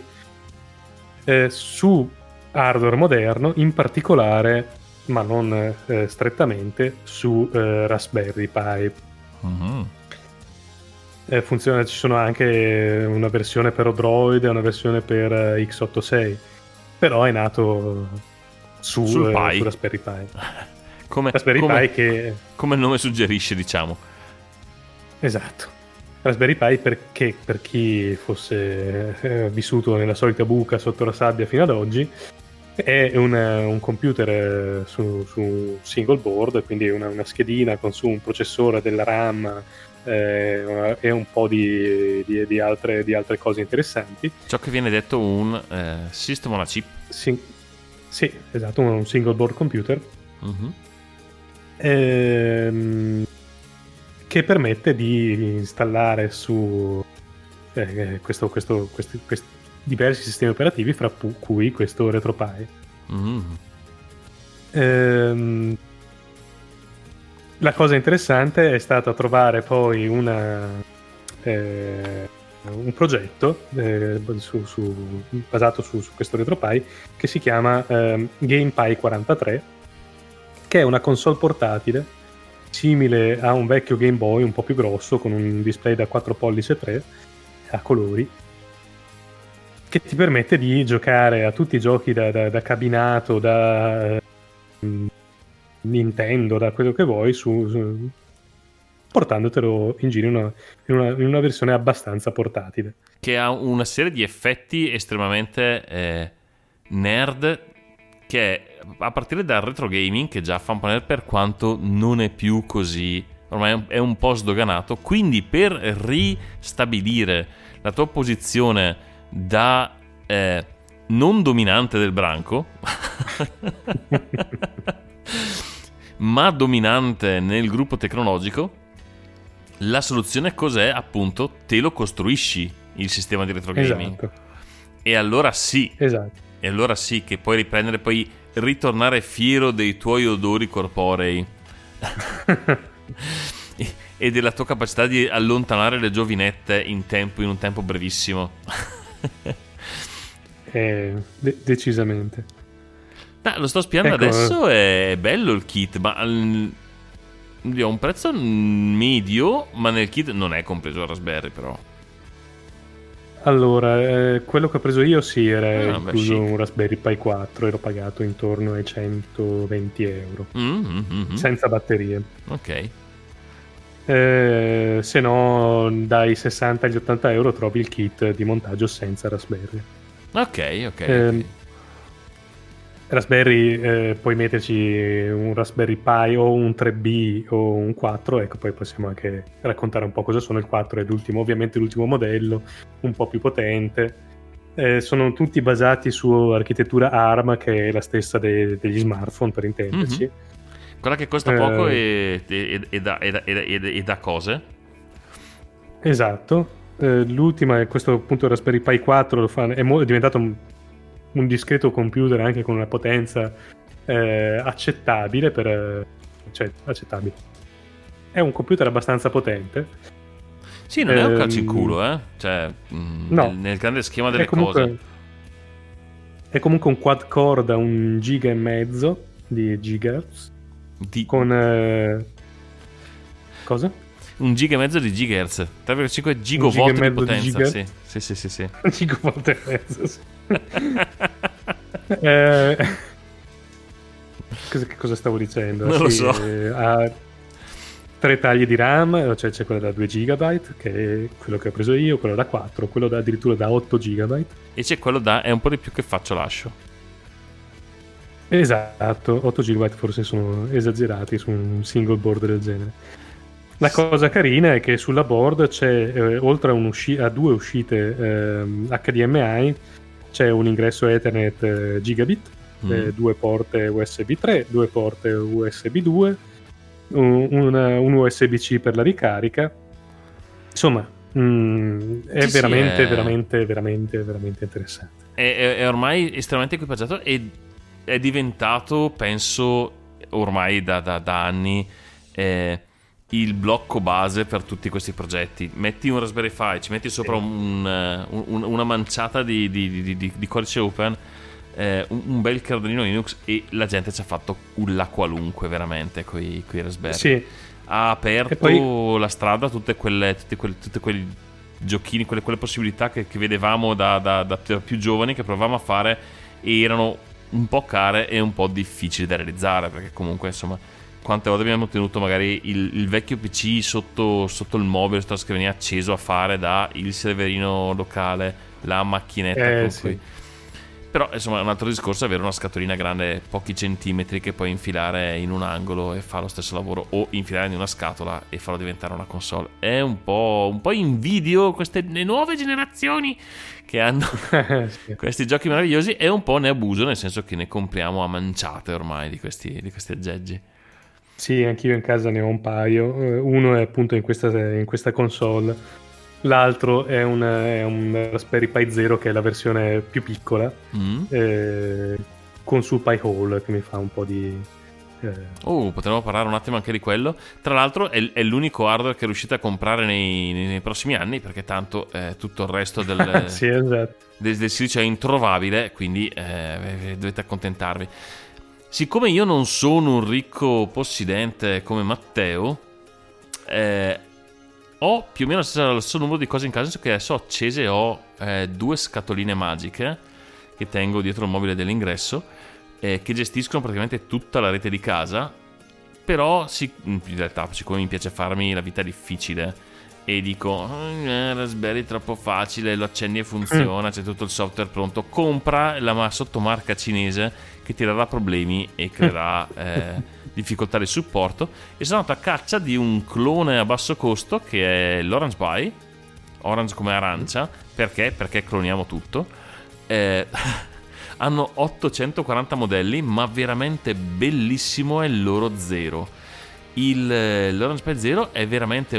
su hardware moderno, in particolare, ma non strettamente, su Raspberry Pi. Mm-hmm. Funziona, ci sono anche una versione per Android e una versione per x86, però è nato su Raspberry Pi. Raspberry Pi che... come il nome suggerisce, diciamo. Esatto. Raspberry Pi, perché per chi fosse vissuto nella solita buca sotto la sabbia fino ad oggi, è un computer su single board, quindi una schedina con su un processore, della RAM e un po' di altre cose interessanti. Ciò che viene detto un system on a chip. Sì, esatto, un single board computer. Mm-hmm. Che permette di installare su questi diversi sistemi operativi, fra cui questo RetroPie. Mm-hmm. La cosa interessante è stata trovare poi un progetto basato su questo RetroPie, che si chiama GamePie 43, che è una console portatile simile a un vecchio Game Boy, un po' più grosso, con un display da 4 pollici e 3 a colori, che ti permette di giocare a tutti i giochi da cabinato, da Nintendo, da quello che vuoi, portandotelo in giro in una versione abbastanza portatile, che ha una serie di effetti estremamente nerd, che a partire dal retro gaming, che già fa un po' nerd, per quanto non è più così, ormai è un po' sdoganato. Quindi per ristabilire la tua posizione da non dominante del branco ma dominante nel gruppo tecnologico, la soluzione cos'è? Appunto, te lo costruisci il sistema di retro gaming. Esatto. E allora sì, esatto. E allora sì che puoi riprendere, poi ritornare fiero dei tuoi odori corporei e della tua capacità di allontanare le giovinette in un tempo brevissimo. Decisamente. Lo sto spiando, ecco. Adesso è bello il kit, ma ha un prezzo medio, ma nel kit non è compreso il Raspberry, però. Allora, quello che ho preso io era incluso un Raspberry Pi 4, ero pagato intorno ai 120 euro, senza batterie. Ok. Se no, dai 60 agli 80 euro trovi il kit di montaggio senza Raspberry. Ok. Raspberry, puoi metterci un Raspberry Pi o un 3B o un 4, ecco, poi possiamo anche raccontare un po' cosa sono. Il 4 è ovviamente l'ultimo modello, un po' più potente, sono tutti basati su architettura ARM, che è la stessa degli smartphone, per intenderci. Mm-hmm. Quella che costa poco e da cose. Esatto. L'ultima è questo, appunto, Raspberry Pi 4, è diventato un discreto computer anche con una potenza accettabile, cioè accettabile. È un computer abbastanza potente. Sì, non è un calcio in culo, cioè, no, nel grande schema delle cose. È comunque un quad core da 1,5 giga di gigahertz. Con cosa? 1,5 giga di gigahertz, 3,5 gigovolt di potenza. Sì. 5 volte e mezzo, sì. Cosa stavo dicendo? Non lo so. Ha 3 tagli di RAM, cioè c'è quella da 2 GB, che è quello che ho preso io, quello da 4, quello addirittura da 8 GB. E c'è quello è un po' di più che faccio lascio. Esatto, 8 GB forse sono esagerati su un single board del genere. La cosa carina è che sulla board c'è, oltre a 2 uscite HDMI, c'è un ingresso Ethernet gigabit, 2 porte USB 3, 2 porte USB 2, un USB-C per la ricarica. Insomma, è veramente interessante. È ormai estremamente equipaggiato e è diventato, penso, ormai da anni il blocco base per tutti questi progetti. Metti un Raspberry Pi, ci metti sopra una manciata di codice open, un bel cardinino Linux, e la gente ci ha fatto la qualunque veramente coi Raspberry. Sì. Ha aperto la strada a tutti quei giochini, quelle possibilità che vedevamo da più giovani, che provavamo a fare, e erano un po' care e un po' difficili da realizzare, perché comunque, insomma, quante volte abbiamo tenuto magari il vecchio PC sotto il mobile, sotto la scrivania, acceso a fare da il serverino locale, la macchinetta con cui... Però, insomma, un altro discorso è avere una scatolina grande pochi centimetri che puoi infilare in un angolo e fa lo stesso lavoro, o infilare in una scatola e farlo diventare una console. È un po' invidio le nuove generazioni che hanno questi giochi meravigliosi, e un po' ne abuso, nel senso che ne compriamo a manciate ormai di questi aggeggi. Sì, anch'io in casa ne ho un paio. Uno è appunto in questa console. L'altro è un Raspberry Pi Zero, che è la versione più piccola, con sul Pi Hole, che mi fa un po' di... potremmo parlare un attimo anche di quello. Tra l'altro è l'unico hardware che riuscite a comprare nei prossimi anni, perché tanto tutto il resto sì, esatto, del silicio è introvabile, quindi dovete accontentarvi. Siccome io non sono un ricco possidente come Matteo, ho più o meno lo stesso numero di cose in casa, nel senso che adesso accese ho 2 scatoline magiche che tengo dietro il mobile dell'ingresso, che gestiscono praticamente tutta la rete di casa. Però in realtà, siccome mi piace farmi la vita difficile e dico Raspberry è troppo facile, lo accendi e funziona, c'è tutto il software pronto, compra la sottomarca cinese che ti darà problemi e creerà difficoltà di supporto. E sono andato a caccia di un clone a basso costo, che è l'Orange Pi, orange come arancia, perché cloniamo tutto. Hanno 840 modelli, ma veramente bellissimo è il loro Zero. L'Orange Pi Zero è veramente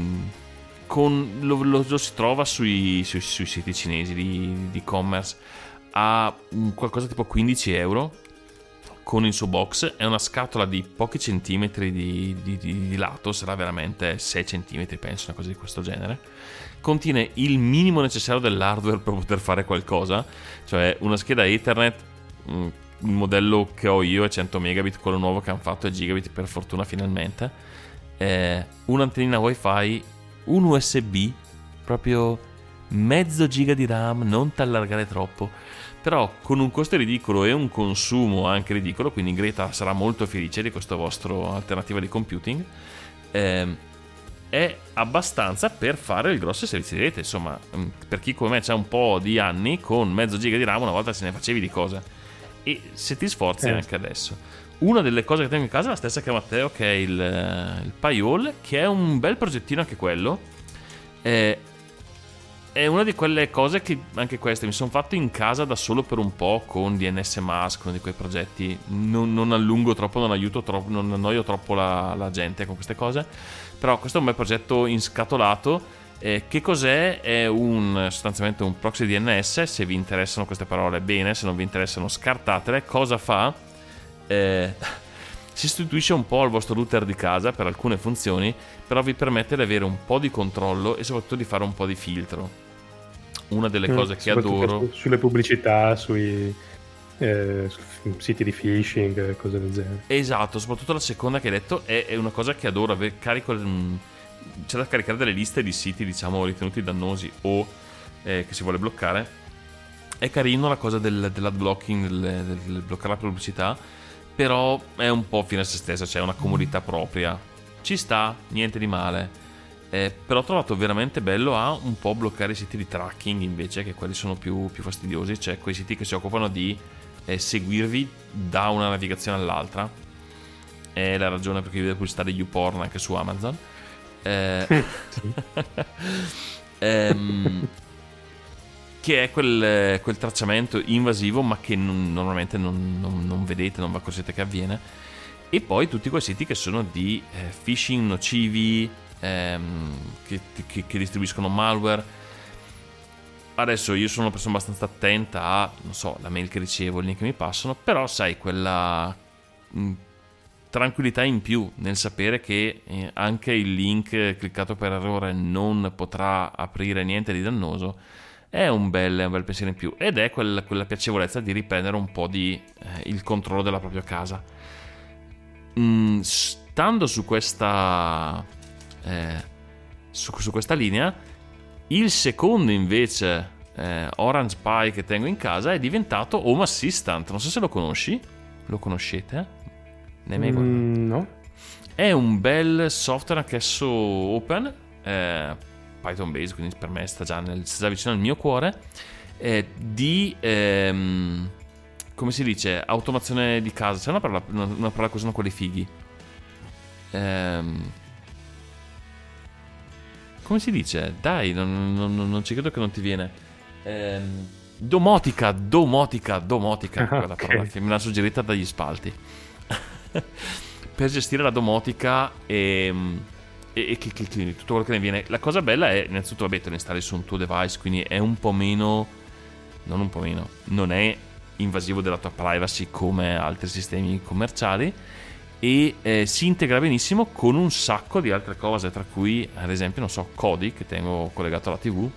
lo si trova sui siti cinesi di e-commerce a qualcosa tipo 15 euro con il suo box. È una scatola di pochi centimetri di lato, sarà veramente 6 centimetri, penso, una cosa di questo genere. Contiene il minimo necessario dell'hardware per poter fare qualcosa, cioè una scheda Ethernet, il modello che ho io è 100 megabit, quello nuovo che hanno fatto è gigabit, per fortuna, finalmente. Un'antennina wifi, un USB, proprio mezzo giga di RAM, non t'allargare troppo, però con un costo ridicolo e un consumo anche ridicolo, quindi Greta sarà molto felice di questa vostra alternativa di computing. È abbastanza per fare il grosso servizio di rete, insomma, per chi come me c'ha un po' di anni, con mezzo giga di RAM una volta se ne facevi di cose, e se ti sforzi anche adesso. Una delle cose che tengo in casa è la stessa che Matteo, che è il Pi Hole, che è un bel progettino anche quello. è una di quelle cose che anche queste mi sono fatto in casa da solo per un po' con DNS Mask, uno di quei progetti. Non allungo troppo, non aiuto troppo, non annoio troppo la gente con queste cose, però questo è un bel progetto inscatolato. Che cos'è? È sostanzialmente un proxy DNS. Se vi interessano queste parole, bene, se non vi interessano, scartatele. Cosa fa? Si istituisce un po' al vostro router di casa per alcune funzioni, però vi permette di avere un po' di controllo e soprattutto di fare un po' di filtro. Una delle cose che adoro sulle pubblicità, sui siti di phishing, cose del genere. Esatto, soprattutto la seconda che hai detto è una cosa che adoro. C'è da caricare delle liste di siti, diciamo, ritenuti dannosi o che si vuole bloccare. È carino la cosa dell'ad blocking, del bloccare la pubblicità, però è un po' fine a se stessa, cioè è una comodità propria. Ci sta, niente di male. Però ho trovato veramente bello a un po' bloccare i siti di tracking invece, che quelli sono più fastidiosi, cioè quei siti che si occupano di seguirvi da una navigazione all'altra. È la ragione per cui vi devo pubblicità di YouPorn anche su Amazon. Che è quel tracciamento invasivo, ma che normalmente non vedete, non vi accorgete che avviene. E poi tutti quei siti che sono di phishing nocivi, che distribuiscono malware. Adesso io sono una persona abbastanza attenta a, non so, la mail che ricevo, i link che mi passano, però sai, quella tranquillità in più nel sapere che anche il link cliccato per errore non potrà aprire niente di dannoso è un bel pensiero in più, ed è quella piacevolezza di riprendere un po' di il controllo della propria casa. Stando su questa su questa linea, il secondo invece Orange Pi che tengo in casa è diventato Home Assistant. Non so se lo conosci, lo conoscete? Ne hai mai guardato? No. È un bel software anch'esso open, Python based, quindi per me sta già vicino al mio cuore, di come si dice, automazione di casa. C'è una parola che usano quelli fighi, come si dice? Dai, non ci credo che non ti viene. Domotica, quella parola che me l'ha suggerita dagli spalti. Per gestire la domotica e tutto quello che ne viene. La cosa bella è, innanzitutto, vabbè, te lo installi su un tuo device, quindi è un po' meno, non è invasivo della tua privacy come altri sistemi commerciali, e si integra benissimo con un sacco di altre cose, tra cui ad esempio, non so, Kodi, che tengo collegato alla TV.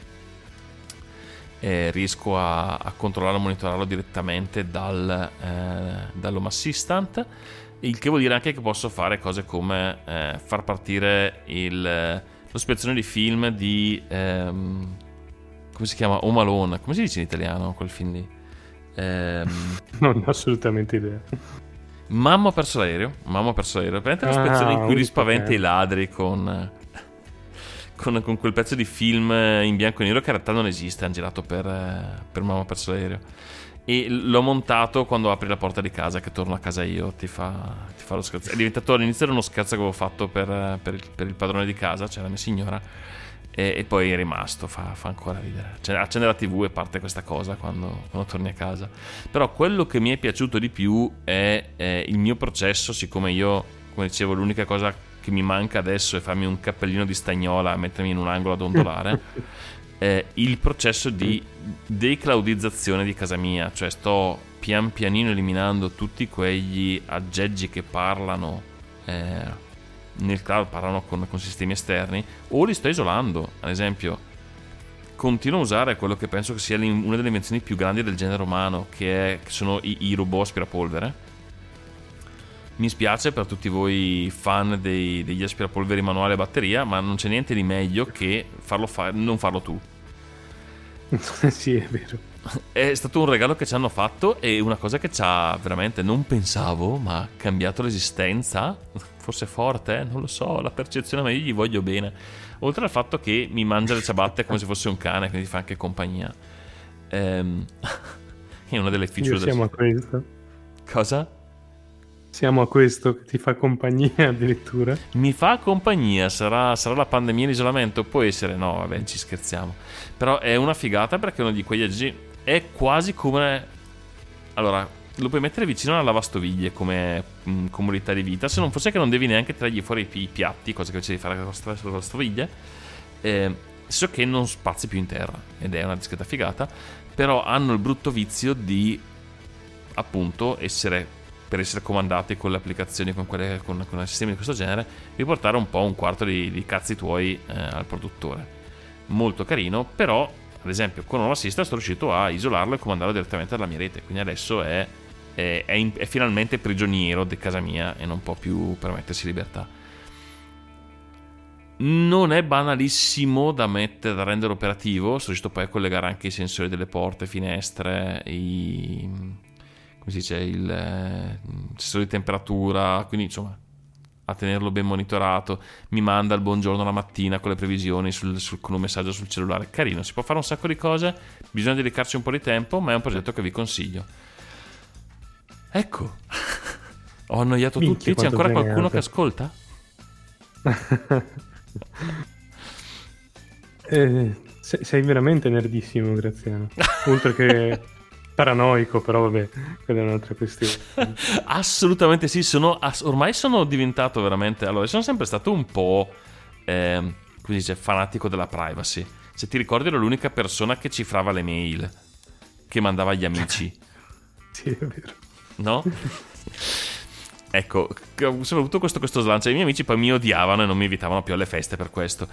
Riesco a controllarlo e monitorarlo direttamente dall'Home Assistant, il che vuol dire anche che posso fare cose come far partire lo spezzone di film di come si chiama? Home Alone. Come si dice in italiano quel film lì? Non ho assolutamente idea. Mamma perso l'aereo. Praticamente lo spezzone in cui li spaventa i ladri con quel pezzo di film in bianco e nero che in realtà non esiste, hanno girato per Mamma perso l'aereo, e l'ho montato quando apri la porta di casa, che torno a casa io, ti fa lo scherzo. È diventato all'inizio uno scherzo che avevo fatto per il padrone di casa, cioè la mia signora, e poi è rimasto, fa ancora ridere. Cioè, accende la TV e parte questa cosa quando torni a casa. Però quello che mi è piaciuto di più è il mio processo, siccome io, come dicevo, l'unica cosa che mi manca adesso è farmi un cappellino di stagnola, mettermi in un angolo ad ondolare. Il processo di decloudizzazione di casa mia, cioè sto pian pianino eliminando tutti quegli aggeggi che parlano nel cloud, parlano con sistemi esterni, o li sto isolando. Ad esempio, continuo a usare quello che penso che sia una delle invenzioni più grandi del genere umano, che sono i robot aspirapolvere. Mi spiace per tutti voi fan degli aspirapolveri manuali a batteria, ma non c'è niente di meglio che non farlo tu. Sì, è vero. È stato un regalo che ci hanno fatto, e una cosa che ci ha veramente, non pensavo, ma ha cambiato l'esistenza. Forse forte, non lo so, la percezione, ma io gli voglio bene. Oltre al fatto che mi mangia le ciabatte come se fosse un cane, quindi fa anche compagnia. È una delle feature siamo a questo. Cosa? Siamo a questo che ti fa compagnia addirittura. Mi fa compagnia, sarà la pandemia e l'isolamento? Può essere, no, vabbè, ci scherziamo. Però è una figata perché uno di quegli aggi è quasi come... Allora, lo puoi mettere vicino alla lavastoviglie come comodità di vita, se non fosse che non devi neanche tirargli fuori i piatti, cosa che devi fare con la lavastoviglie, so che non spazi più in terra, ed è una discreta figata, però hanno il brutto vizio di, appunto, per essere comandati con le applicazioni, con sistemi di questo genere, riportare un po' un quarto di cazzi tuoi al produttore. Molto carino, però ad esempio con Home Assistant sono riuscito a isolarlo e comandarlo direttamente dalla mia rete, quindi adesso è finalmente prigioniero di casa mia e non può più permettersi libertà. Non è banalissimo da rendere operativo, sono riuscito poi a collegare anche i sensori delle porte, finestre, come si dice, il sensore di temperatura, quindi insomma a tenerlo ben monitorato. Mi manda il buongiorno la mattina con le previsioni con un messaggio sul cellulare. Carino, si può fare un sacco di cose, bisogna dedicarci un po' di tempo, ma è un progetto che vi consiglio. Ecco, ho annoiato tutti. C'è ancora qualcuno che ascolta? Sei veramente nerdissimo, Graziano. Oltre che paranoico, però vabbè, quella è un'altra questione. Assolutamente sì, ormai sono diventato veramente... Allora, sono sempre stato un po', come si dice, fanatico della privacy. Se ti ricordi ero l'unica persona che cifrava le mail, che mandava agli amici. Sì, è vero. No? Ecco, ho avuto questo slancio. I miei amici poi mi odiavano e non mi invitavano più alle feste per questo.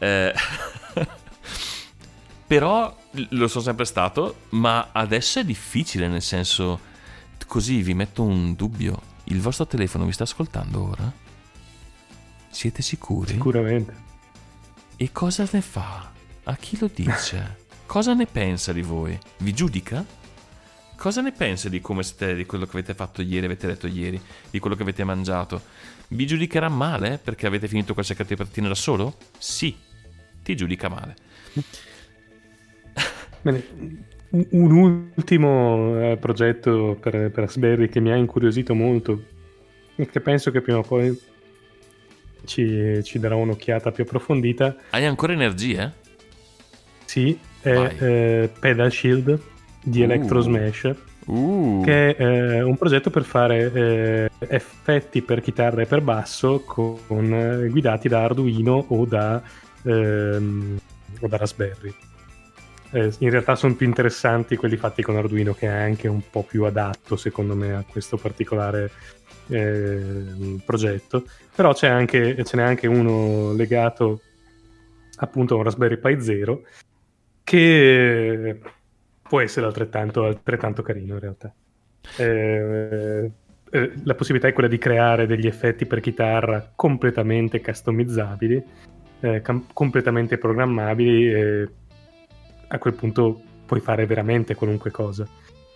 Però lo sono sempre stato, ma adesso è difficile, nel senso, così vi metto un dubbio: il vostro telefono vi sta ascoltando ora? Siete sicuri? Sicuramente. E cosa ne fa? A chi lo dice? Cosa ne pensa di voi? Vi giudica? Cosa ne pensa di come siete, di quello che avete fatto ieri, avete detto ieri, di quello che avete mangiato? Vi giudicherà male perché avete finito quel seccato di patatine da solo? Sì, ti giudica male. Bene, un ultimo progetto per Raspberry che mi ha incuriosito molto e che penso che prima o poi ci darà un'occhiata più approfondita. Hai ancora energie? Sì, è Pedal Shield di Electro Smash, che è un progetto per fare effetti per chitarra e per basso guidati da Arduino o da Raspberry. In realtà sono più interessanti quelli fatti con Arduino, che è anche un po' più adatto secondo me a questo particolare progetto, però ce n'è anche uno legato appunto a un Raspberry Pi Zero che può essere altrettanto carino in realtà. La possibilità è quella di creare degli effetti per chitarra completamente customizzabili, completamente programmabili, a quel punto puoi fare veramente qualunque cosa.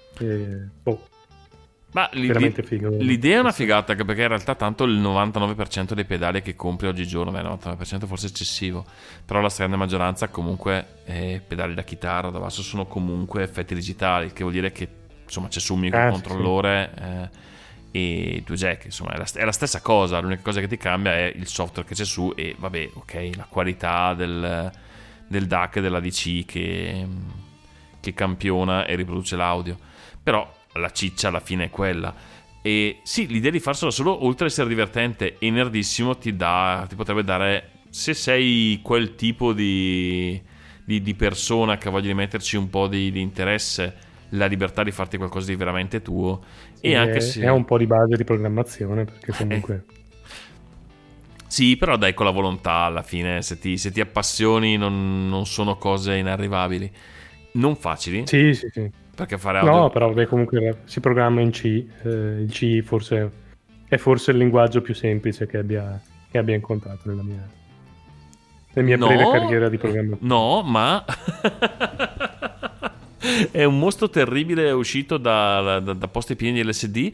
Ma veramente figo. L'idea è una figata, anche perché in realtà tanto il 99% dei pedali che compri oggigiorno, il 99% forse è eccessivo, però la stragrande maggioranza comunque pedali da chitarra, da basso, sono comunque effetti digitali, che vuol dire che insomma c'è su un microcontrollore e due jack, insomma è la stessa cosa, l'unica cosa che ti cambia è il software che c'è su e vabbè, ok, la qualità del DAC e dell'ADC che campiona e riproduce l'audio, però la ciccia alla fine è quella. E sì, l'idea di farselo solo, oltre ad essere divertente e nerdissimo, ti potrebbe dare, se sei quel tipo di persona che voglia metterci un po' di interesse, la libertà di farti qualcosa di veramente tuo. Sì, e anche se è un po' di base di programmazione, perché comunque sì, però dai, con la volontà alla fine, se ti appassioni, non sono cose inarrivabili, non facili. Sì. Perché fare audio... No, però vabbè, comunque si programma in C. Il C è forse il linguaggio più semplice che abbia incontrato nella mia breve carriera di programmatore. No, ma è un mostro terribile uscito da posti pieni di LSD.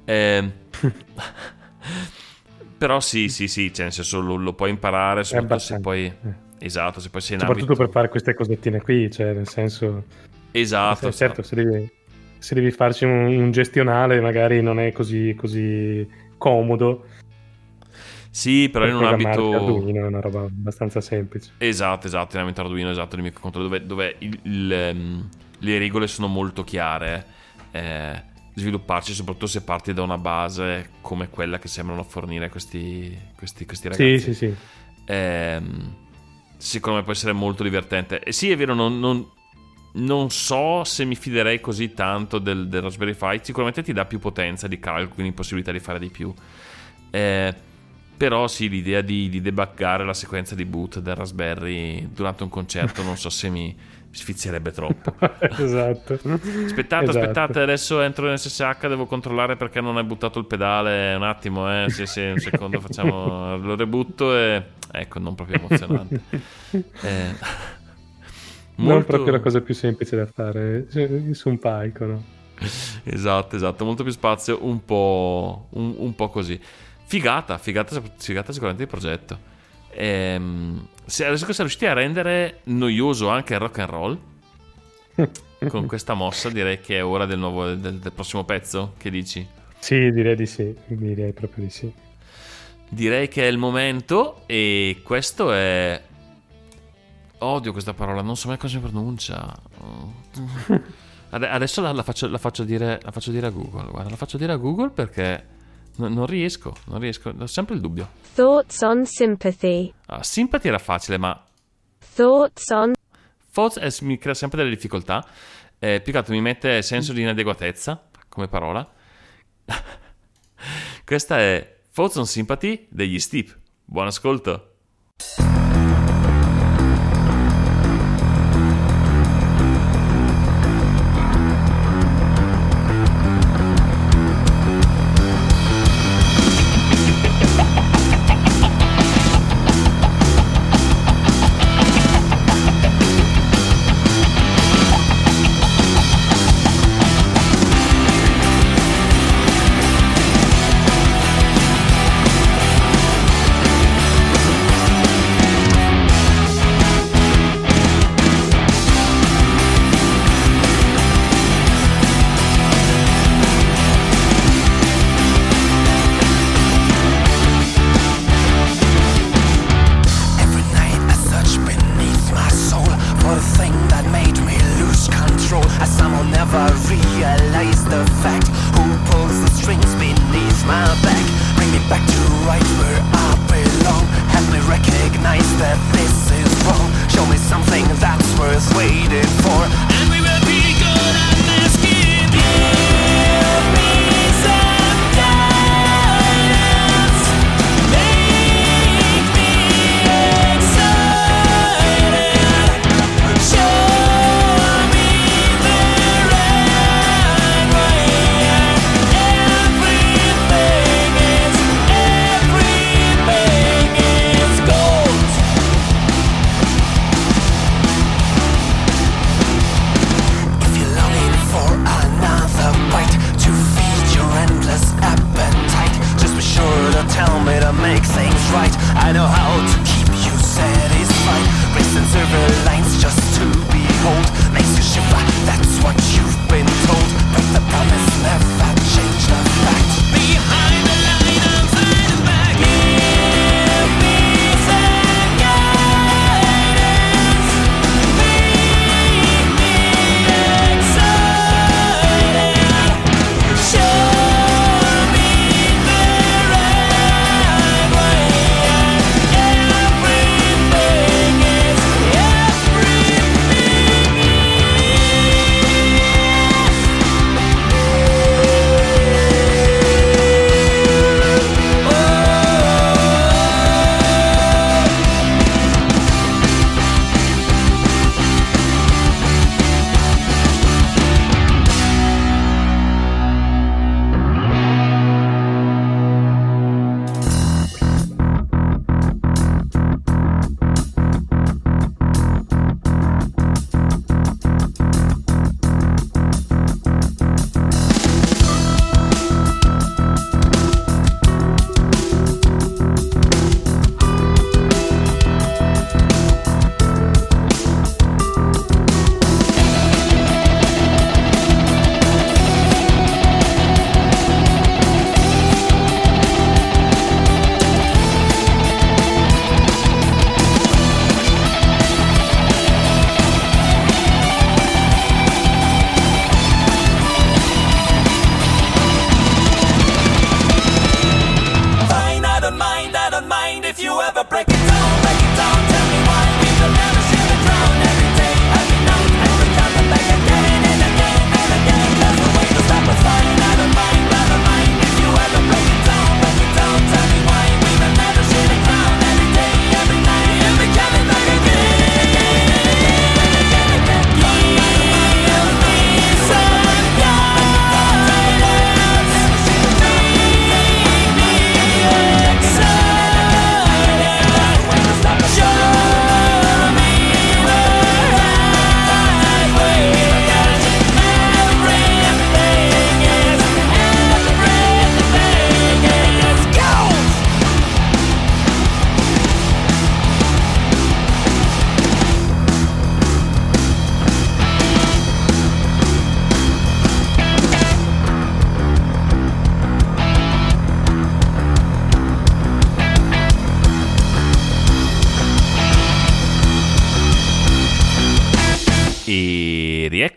Però sì, cioè nel senso lo puoi imparare, soprattutto se poi... Esatto, se poi sei in soprattutto per fare queste cosettine qui, cioè nel senso... Esatto. Certo, se devi se devi farci un gestionale magari non è così comodo. Sì, però in un ambito Arduino è una roba abbastanza semplice. Esatto, in ambito Arduino, esatto, di microcontroller dove le regole sono molto chiare. Svilupparci, soprattutto se parti da una base come quella che sembrano fornire questi ragazzi. Sì. Secondo me può essere molto divertente. E sì, è vero, non so se mi fiderei così tanto del Raspberry Pi. Sicuramente ti dà più potenza di calcolo, quindi possibilità di fare di più. Però sì, l'idea di debuggare la sequenza di boot del Raspberry durante un concerto non so se mi sfizierebbe troppo. Esatto. Aspettate, adesso entro in SSH, devo controllare perché non hai buttato il pedale. Un attimo, sì, un secondo, facciamo lo rebutto e ecco, non proprio emozionante. Non proprio la cosa più semplice da fare su un Pico, no? Esatto, molto più spazio, un po' così. Figata sicuramente il progetto. Se siamo riusciti a rendere noioso anche il rock and roll con questa mossa, direi che è ora del prossimo pezzo. Che dici? Sì, direi di sì, direi proprio di sì. Direi che è il momento, e questo è... Odio questa parola, non so mai cosa si pronuncia. Adesso la faccio dire a Google. Guarda, la faccio dire a Google perché non riesco, ho sempre il dubbio. Thoughts on sympathy. Sympathy era facile, ma Thoughts mi crea sempre delle difficoltà. Più che altro mi mette senso di inadeguatezza come parola. Questa è Thoughts on Sympathy degli Steep. Buon ascolto.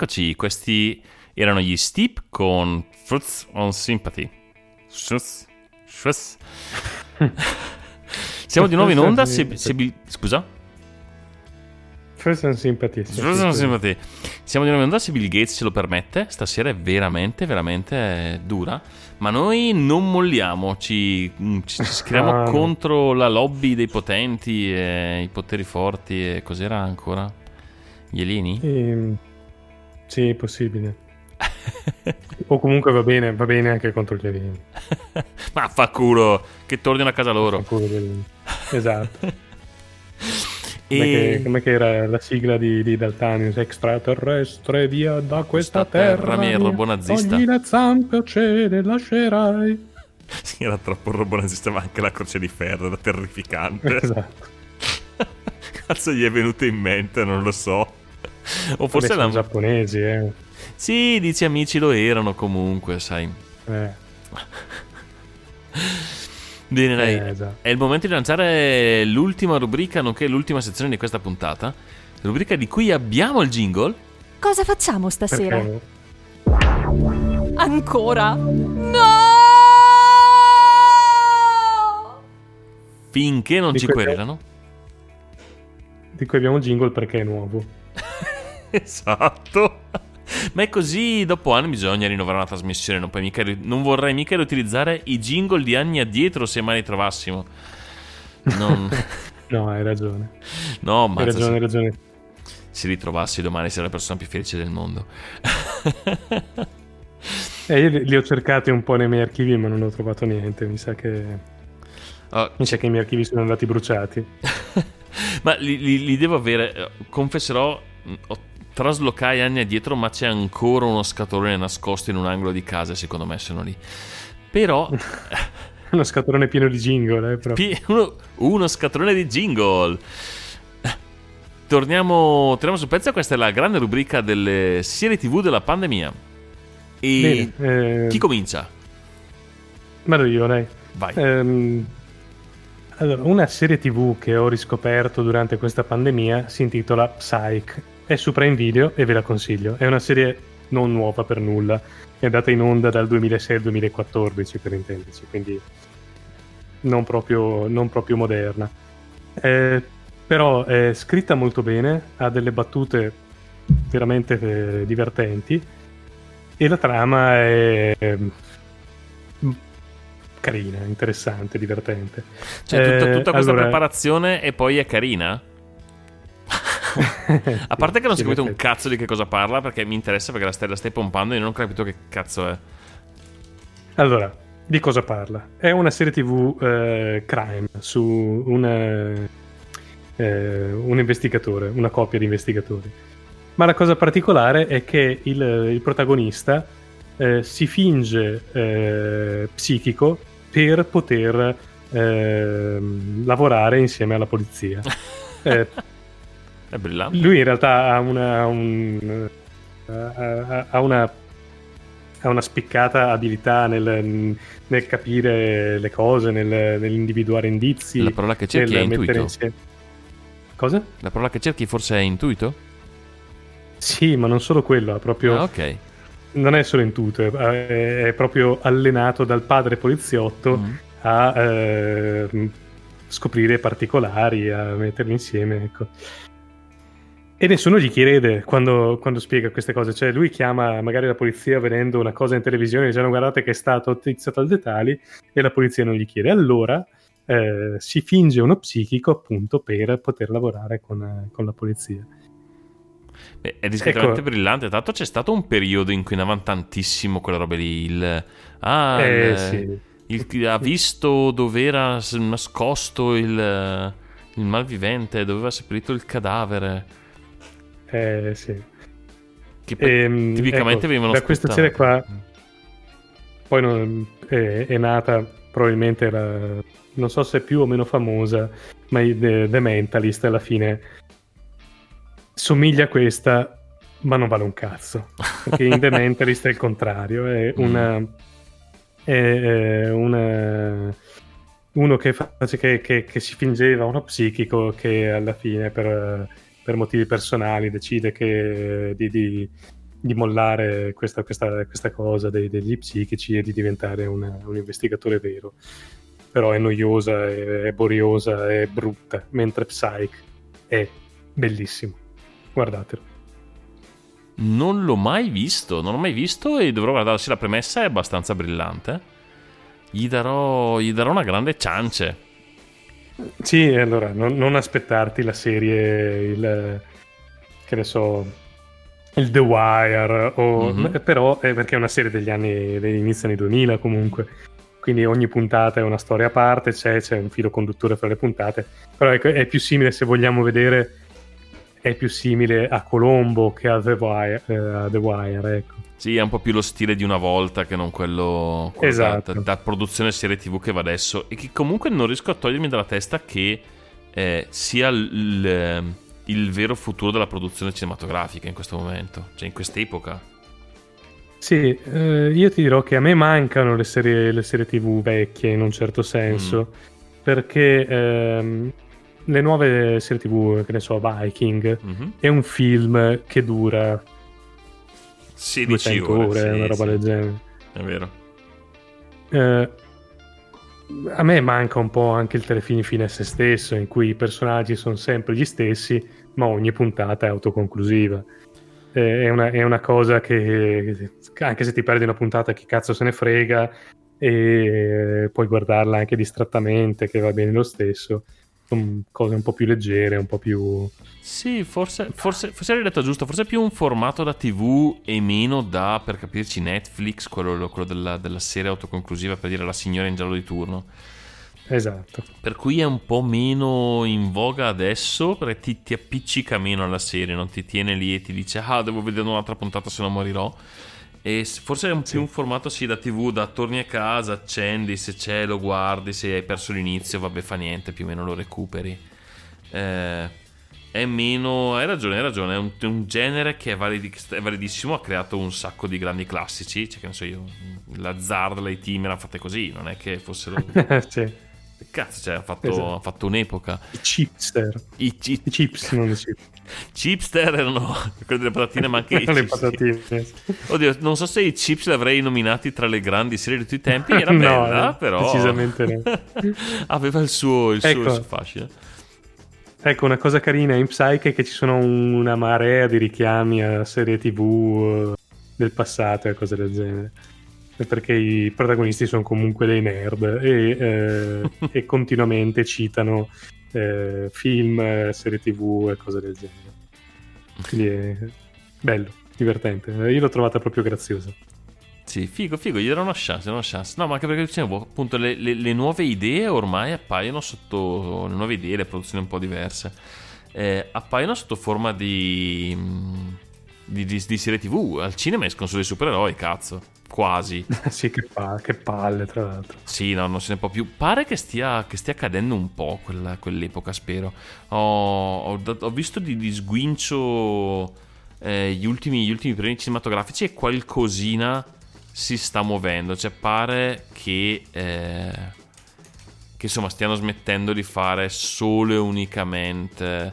eccoci, questi erano gli Steep con Fruits on Sympathy. Siamo di nuovo in onda. Scusa? Fruits on Sympathy. Siamo di nuovo in onda se Bill Gates ce lo permette. Stasera è veramente, veramente dura. Ma noi non molliamo, ci schieriamo contro la lobby dei potenti e i poteri forti. E cos'era ancora? Gli alieni? Sì, possibile. O comunque va bene anche contro gli alieni. Ma fa culo, che tornino a casa loro. Esatto. Com'è che era la sigla di Daltanius? Extraterrestre via da questa terra, mia robot nazista. Togli le zampe o ce le lascerai. Sì, era troppo il robot nazista, ma anche la croce di ferro era terrificante. Esatto. Cazzo gli è venuto in mente, non lo so. O forse sono giapponesi, Sì, dici amici lo erano comunque, sai. Bene, dai, esatto. È il momento di lanciare l'ultima rubrica, nonché l'ultima sezione di questa puntata. Rubrica di cui abbiamo il jingle. Cosa facciamo stasera? Perché? Ancora? No! Finché non ci querelano. Di cui abbiamo il jingle perché è nuovo. Esatto. Ma è così, dopo anni bisogna rinnovare una trasmissione. Non vorrei mica riutilizzare i jingle di anni addietro se mai li trovassimo. No, hai ragione. No, ma hai ragione. Se li trovassi domani sarei la persona più felice del mondo. Io li ho cercati un po' nei miei archivi, ma non ho trovato niente. Mi sa che i miei archivi sono andati bruciati. Ma li devo avere. Confesserò, traslocai anni addietro, ma c'è ancora uno scatolone nascosto in un angolo di casa, secondo me sono lì. Però uno scatolone pieno di jingle, uno scatolone di jingle. Torniamo sul pezzo. Questa è la grande rubrica delle serie TV della pandemia. E bene, chi comincia? Vado io, dai. Vai. Allora, una serie TV che ho riscoperto durante questa pandemia si intitola Psych. È su Prime Video e ve la consiglio. È una serie non nuova per nulla. È andata in onda dal 2006 al 2014, per intenderci, quindi non proprio moderna. Però è scritta molto bene, ha delle battute veramente divertenti e la trama è carina, interessante, divertente. Cioè tutta questa preparazione e poi è carina? A parte che non ho capito un cazzo di che cosa parla, perché mi interessa, perché la stai pompando e non ho capito che cazzo è. Allora, di cosa parla? È una serie TV crime su un investigatore, una coppia di investigatori. Ma la cosa particolare è che il protagonista si finge psichico per poter lavorare insieme alla polizia. È brillante. Lui in realtà ha una spiccata abilità nel capire le cose, nell'individuare indizi. La parola che cerchi è intuito. Cosa? La parola che cerchi forse è intuito? Sì, ma non solo quello, proprio... ok. Non è solo intuito, è proprio allenato dal padre poliziotto a scoprire particolari, a metterli insieme, ecco. E nessuno gli chiede quando spiega queste cose. Cioè lui chiama magari la polizia vedendo una cosa in televisione e dice: guardate che è stato tizzato al dettagli, e la polizia non gli chiede. Allora si finge uno psichico appunto per poter lavorare con la polizia. Beh, è discretamente brillante. Tanto c'è stato un periodo in cui andavano tantissimo quelle robe lì. Sì. Ha visto dove era nascosto il malvivente, dove aveva seppellito il cadavere. Sì. Che tipicamente venivano da questa serie qua poi è nata probabilmente non so se è più o meno famosa, ma The Mentalist alla fine somiglia a questa, ma non vale un cazzo, perché in The Mentalist è il contrario, è uno che si fingeva uno psichico che alla fine per motivi personali decide di di mollare questa cosa degli psichici e di diventare un investigatore vero. Però è noiosa, è boriosa, è brutta, mentre Psyche è bellissimo. Guardatelo. Non l'ho mai visto e dovrò guardare. Sì, la premessa è abbastanza brillante. Gli darò una grande chance. Sì, allora, non aspettarti la serie, che ne so, il The Wire, però è perché è una serie degli inizio anni 2000 comunque, quindi ogni puntata è una storia a parte, c'è un filo conduttore fra le puntate, però ecco, è più simile, se vogliamo vedere, è più simile a Colombo che a The Wire, ecco. Sì, è un po' più lo stile di una volta che non quello esatto. da produzione serie TV che va adesso, e che comunque non riesco a togliermi dalla testa che sia il vero futuro della produzione cinematografica in questo momento, cioè in quest'epoca. Sì, io ti dirò che a me mancano le serie TV vecchie in un certo senso, perché le nuove serie TV, che ne so, Viking, è un film che dura 16 ore, sì, una roba del genere. È vero. A me manca un po' anche il telefilm fine a se stesso, in cui i personaggi sono sempre gli stessi, ma ogni puntata è autoconclusiva. È una cosa che, anche se ti perdi una puntata, chi cazzo se ne frega, e puoi guardarla anche distrattamente, che va bene lo stesso. Sono cose un po' più leggere, un po' più... Sì, forse hai detto giusto, forse è più un formato da TV e meno da, per capirci, Netflix, quello della serie autoconclusiva, per dire La signora in giallo di turno. Esatto. Per cui è un po' meno in voga adesso, perché ti appiccica meno alla serie, non ti tiene lì e ti dice devo vedere un'altra puntata se no morirò. E forse è più un formato da TV, da torni a casa, accendi, se c'è lo guardi, se hai perso l'inizio vabbè fa niente, più o meno lo recuperi. È meno, hai ragione, è un genere che è validissimo, ha creato un sacco di grandi classici, cioè che non so io, l'Azzard, le team erano fatte così, non è che fossero... sì. Cazzo, cioè, ha fatto un'epoca. I chipster. I chips, non i chips. Chipster erano quelle delle patatine, ma anche i le chips. patatine. Oddio, non so se i chips li avrei nominati tra le grandi serie di tutti i tempi. Era bella, però decisamente no. Aveva il suo fascino. Ecco, una cosa carina in Psyche è che ci sono una marea di richiami a serie TV del passato e cose del genere, perché i protagonisti sono comunque dei nerd e continuamente citano film, serie TV e cose del genere. Quindi è bello, divertente. Io l'ho trovata proprio graziosa. Sì, figo, gli darò una chance. No, ma anche perché dicevo, appunto, le nuove idee ormai appaiono sotto... Le nuove idee, le produzioni un po' diverse, appaiono sotto forma di serie TV. Al cinema escono solo i supereroi, cazzo. Quasi. Sì, che palle, tra l'altro. Sì, no, non se ne può più. Pare che stia cadendo un po' quell'epoca, spero. Ho visto di sguincio gli ultimi premi cinematografici e qualcosina si sta muovendo. Cioè pare che insomma stiano smettendo di fare solo e unicamente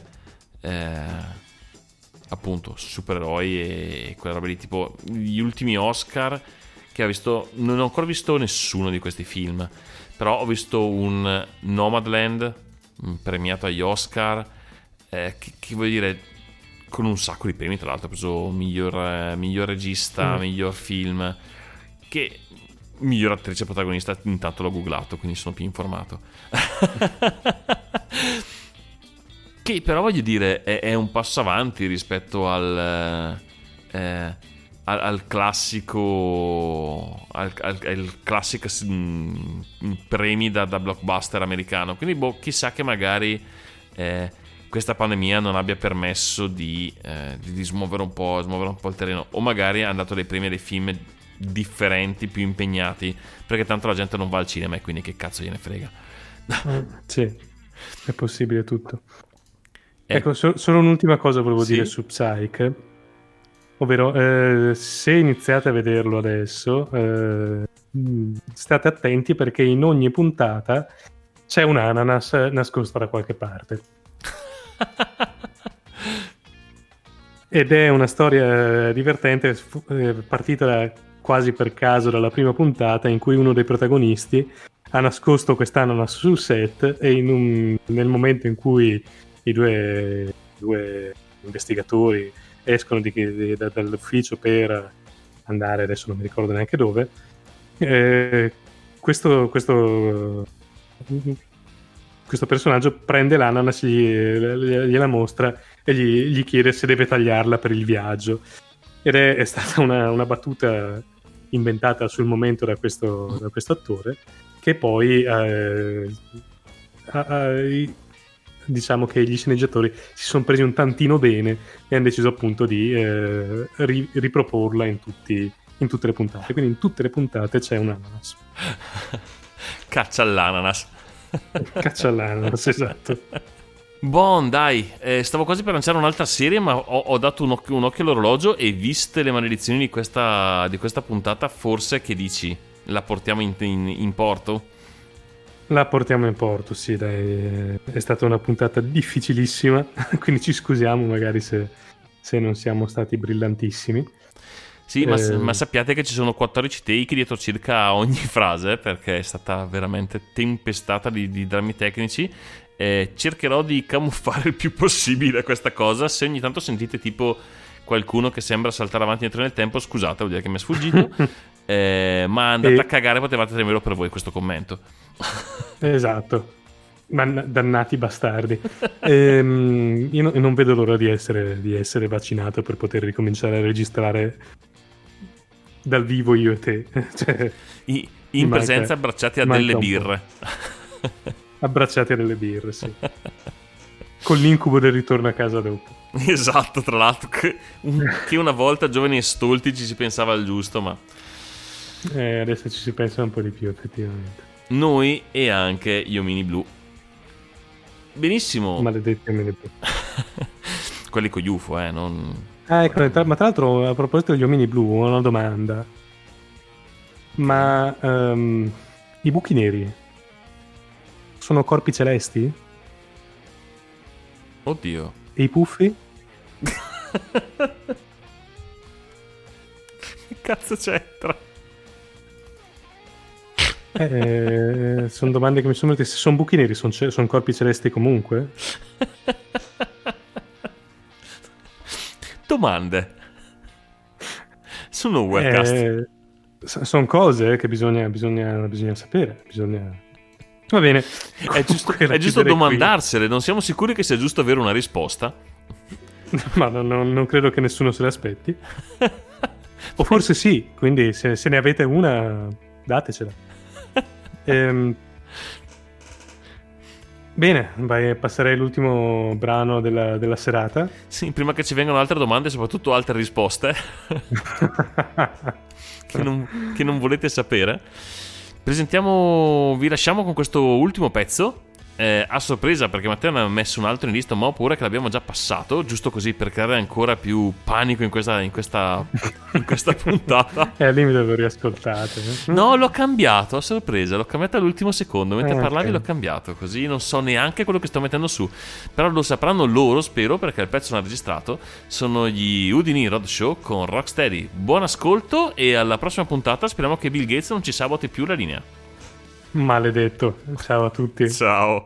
appunto supereroi e quella roba lì, tipo gli ultimi Oscar che ho visto. Non ho ancora visto nessuno di questi film, però ho visto un Nomadland premiato agli Oscar, che vuol dire con un sacco di premi, tra l'altro ha preso miglior regista, miglior film, che miglior attrice protagonista. Intanto l'ho googlato, quindi sono più informato. Che però voglio dire è un passo avanti rispetto al classico premi da blockbuster americano. Quindi chissà che magari questa pandemia non abbia permesso di smuovere un po' il terreno, o magari hanno dato dei premi a dei film differenti, più impegnati, perché tanto la gente non va al cinema e quindi che cazzo gliene frega. Sì, è possibile tutto. Ecco, solo un'ultima cosa volevo dire su Psyche, ovvero se iniziate a vederlo adesso state attenti, perché in ogni puntata c'è un ananas nascosto da qualche parte. ed è una storia divertente, partita quasi per caso dalla prima puntata, in cui uno dei protagonisti ha nascosto quest'ananas sul set e nel momento in cui i due investigatori escono dall'ufficio per andare, adesso non mi ricordo neanche dove, questo personaggio prende l'ananas, gliela mostra e gli chiede se deve tagliarla per il viaggio, ed è stata una battuta inventata sul momento da questo attore, che poi diciamo che gli sceneggiatori si sono presi un tantino bene e hanno deciso appunto di riproporla in tutte le puntate. Quindi in tutte le puntate c'è un ananas. Caccia all'ananas. Caccia all'ananas, esatto. Buon, dai, stavo quasi per lanciare un'altra serie, ma ho dato un occhio all'orologio e viste le maledizioni di questa puntata, forse che dici? La portiamo in porto? La portiamo in porto, sì, dai. È stata una puntata difficilissima, quindi ci scusiamo magari se non siamo stati brillantissimi. Sì, ma sappiate che ci sono 14 take dietro circa ogni frase, perché è stata veramente tempestata di drammi tecnici. Cercherò di camuffare il più possibile questa cosa. Se ogni tanto sentite tipo qualcuno che sembra saltare avanti e indietro nel tempo, scusate, vuol dire che mi è sfuggito. Ma andate a cagare, potevate tenerlo per voi questo commento. Esatto, dannati bastardi. Io non vedo l'ora di essere vaccinato per poter ricominciare a registrare dal vivo io e te, cioè, in presenza abbracciati a delle birre. Abbracciati a delle birre, sì. Con l'incubo del ritorno a casa dopo. Esatto, tra l'altro che una volta giovani e stolti ci si pensava al giusto, ma adesso ci si pensa un po' di più, effettivamente. Noi e anche gli omini blu. Benissimo. Maledetti omini blu. Quelli con gli UFO, non... Ecco, ma tra l'altro, a proposito degli omini blu, ho una domanda. Ma i buchi neri sono corpi celesti? Oddio. E i puffi? Che cazzo c'entra? Sono domande che mi sono venute. Se sono buchi neri, sono corpi celesti comunque? Domande. Sono Nowherecast. Sono cose che bisogna sapere. Va bene. È giusto domandarsele. Non siamo sicuri che sia giusto avere una risposta. Ma non credo che nessuno se l'aspetti. O forse sì. Quindi se ne avete una, datecela. Bene, passerei all'ultimo brano della serata. Sì, prima che ci vengano altre domande, soprattutto altre risposte che non volete sapere. Vi lasciamo con questo ultimo pezzo. A sorpresa, perché Matteo ne ha messo un altro in lista, ma ho paura che l'abbiamo già passato, giusto così per creare ancora più panico in questa puntata. Lì mi devo riascoltare. No, l'ho cambiato a sorpresa, l'ho cambiato all'ultimo secondo, mentre parlavi okay. L'ho cambiato, così non so neanche quello che sto mettendo su, però lo sapranno loro, spero, perché il pezzo non è registrato. Sono gli Udini Roadshow con Rocksteady. Buon ascolto e alla prossima puntata. Speriamo che Bill Gates non ci saboti più la linea. Maledetto. Ciao a tutti. Ciao.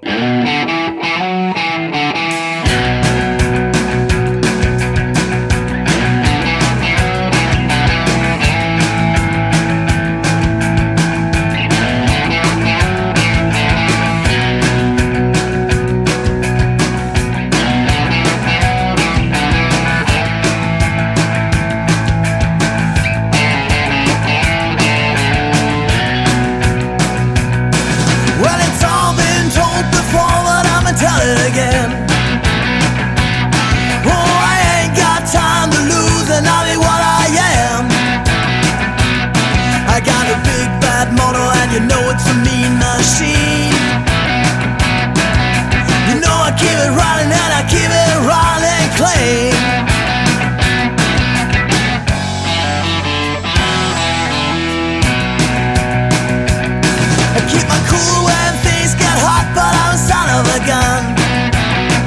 Keep my cool when things get hot, but I'm a son of a gun.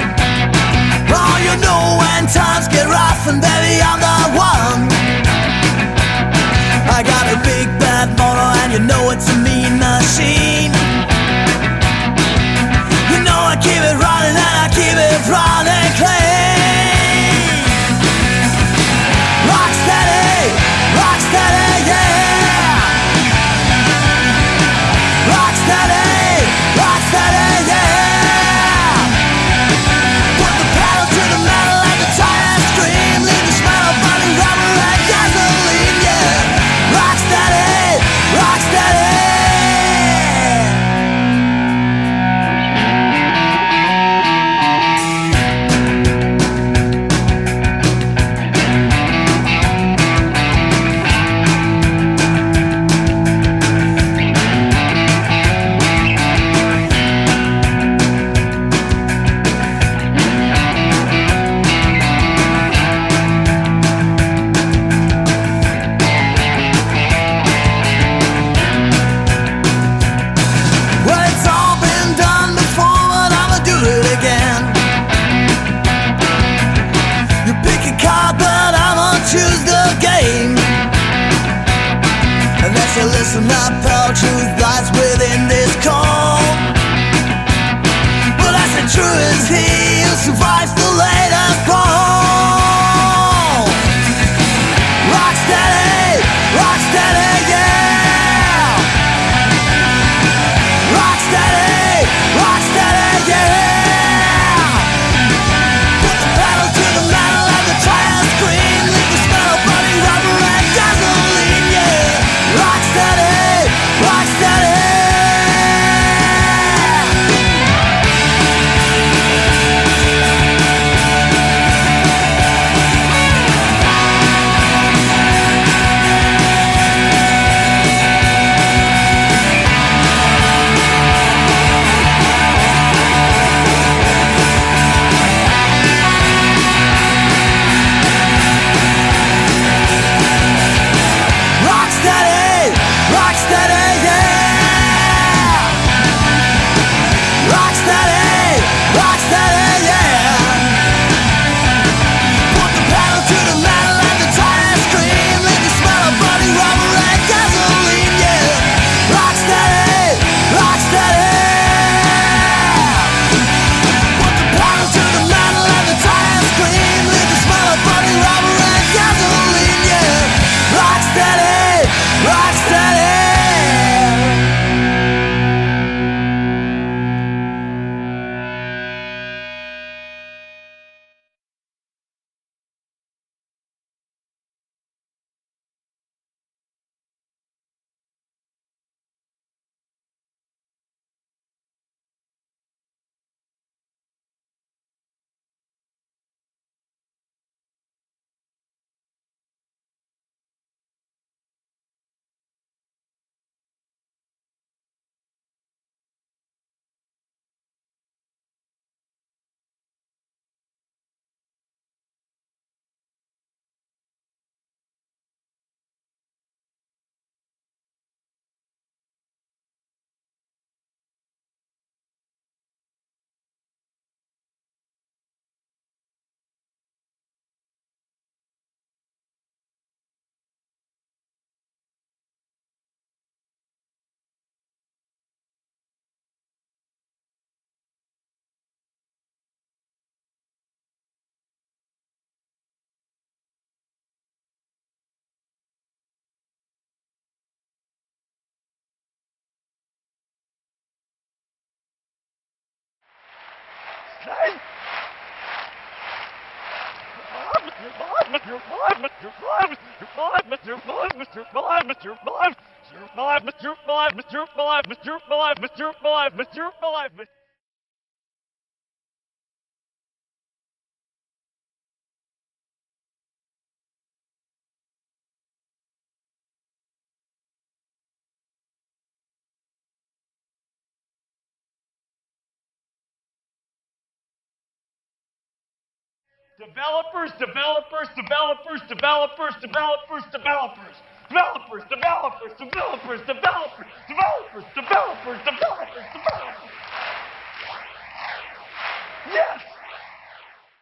Developers, developers, developers, developers, developers, developers. Developers, developers, developers, developers, developers, developers, developers, developers. Yes!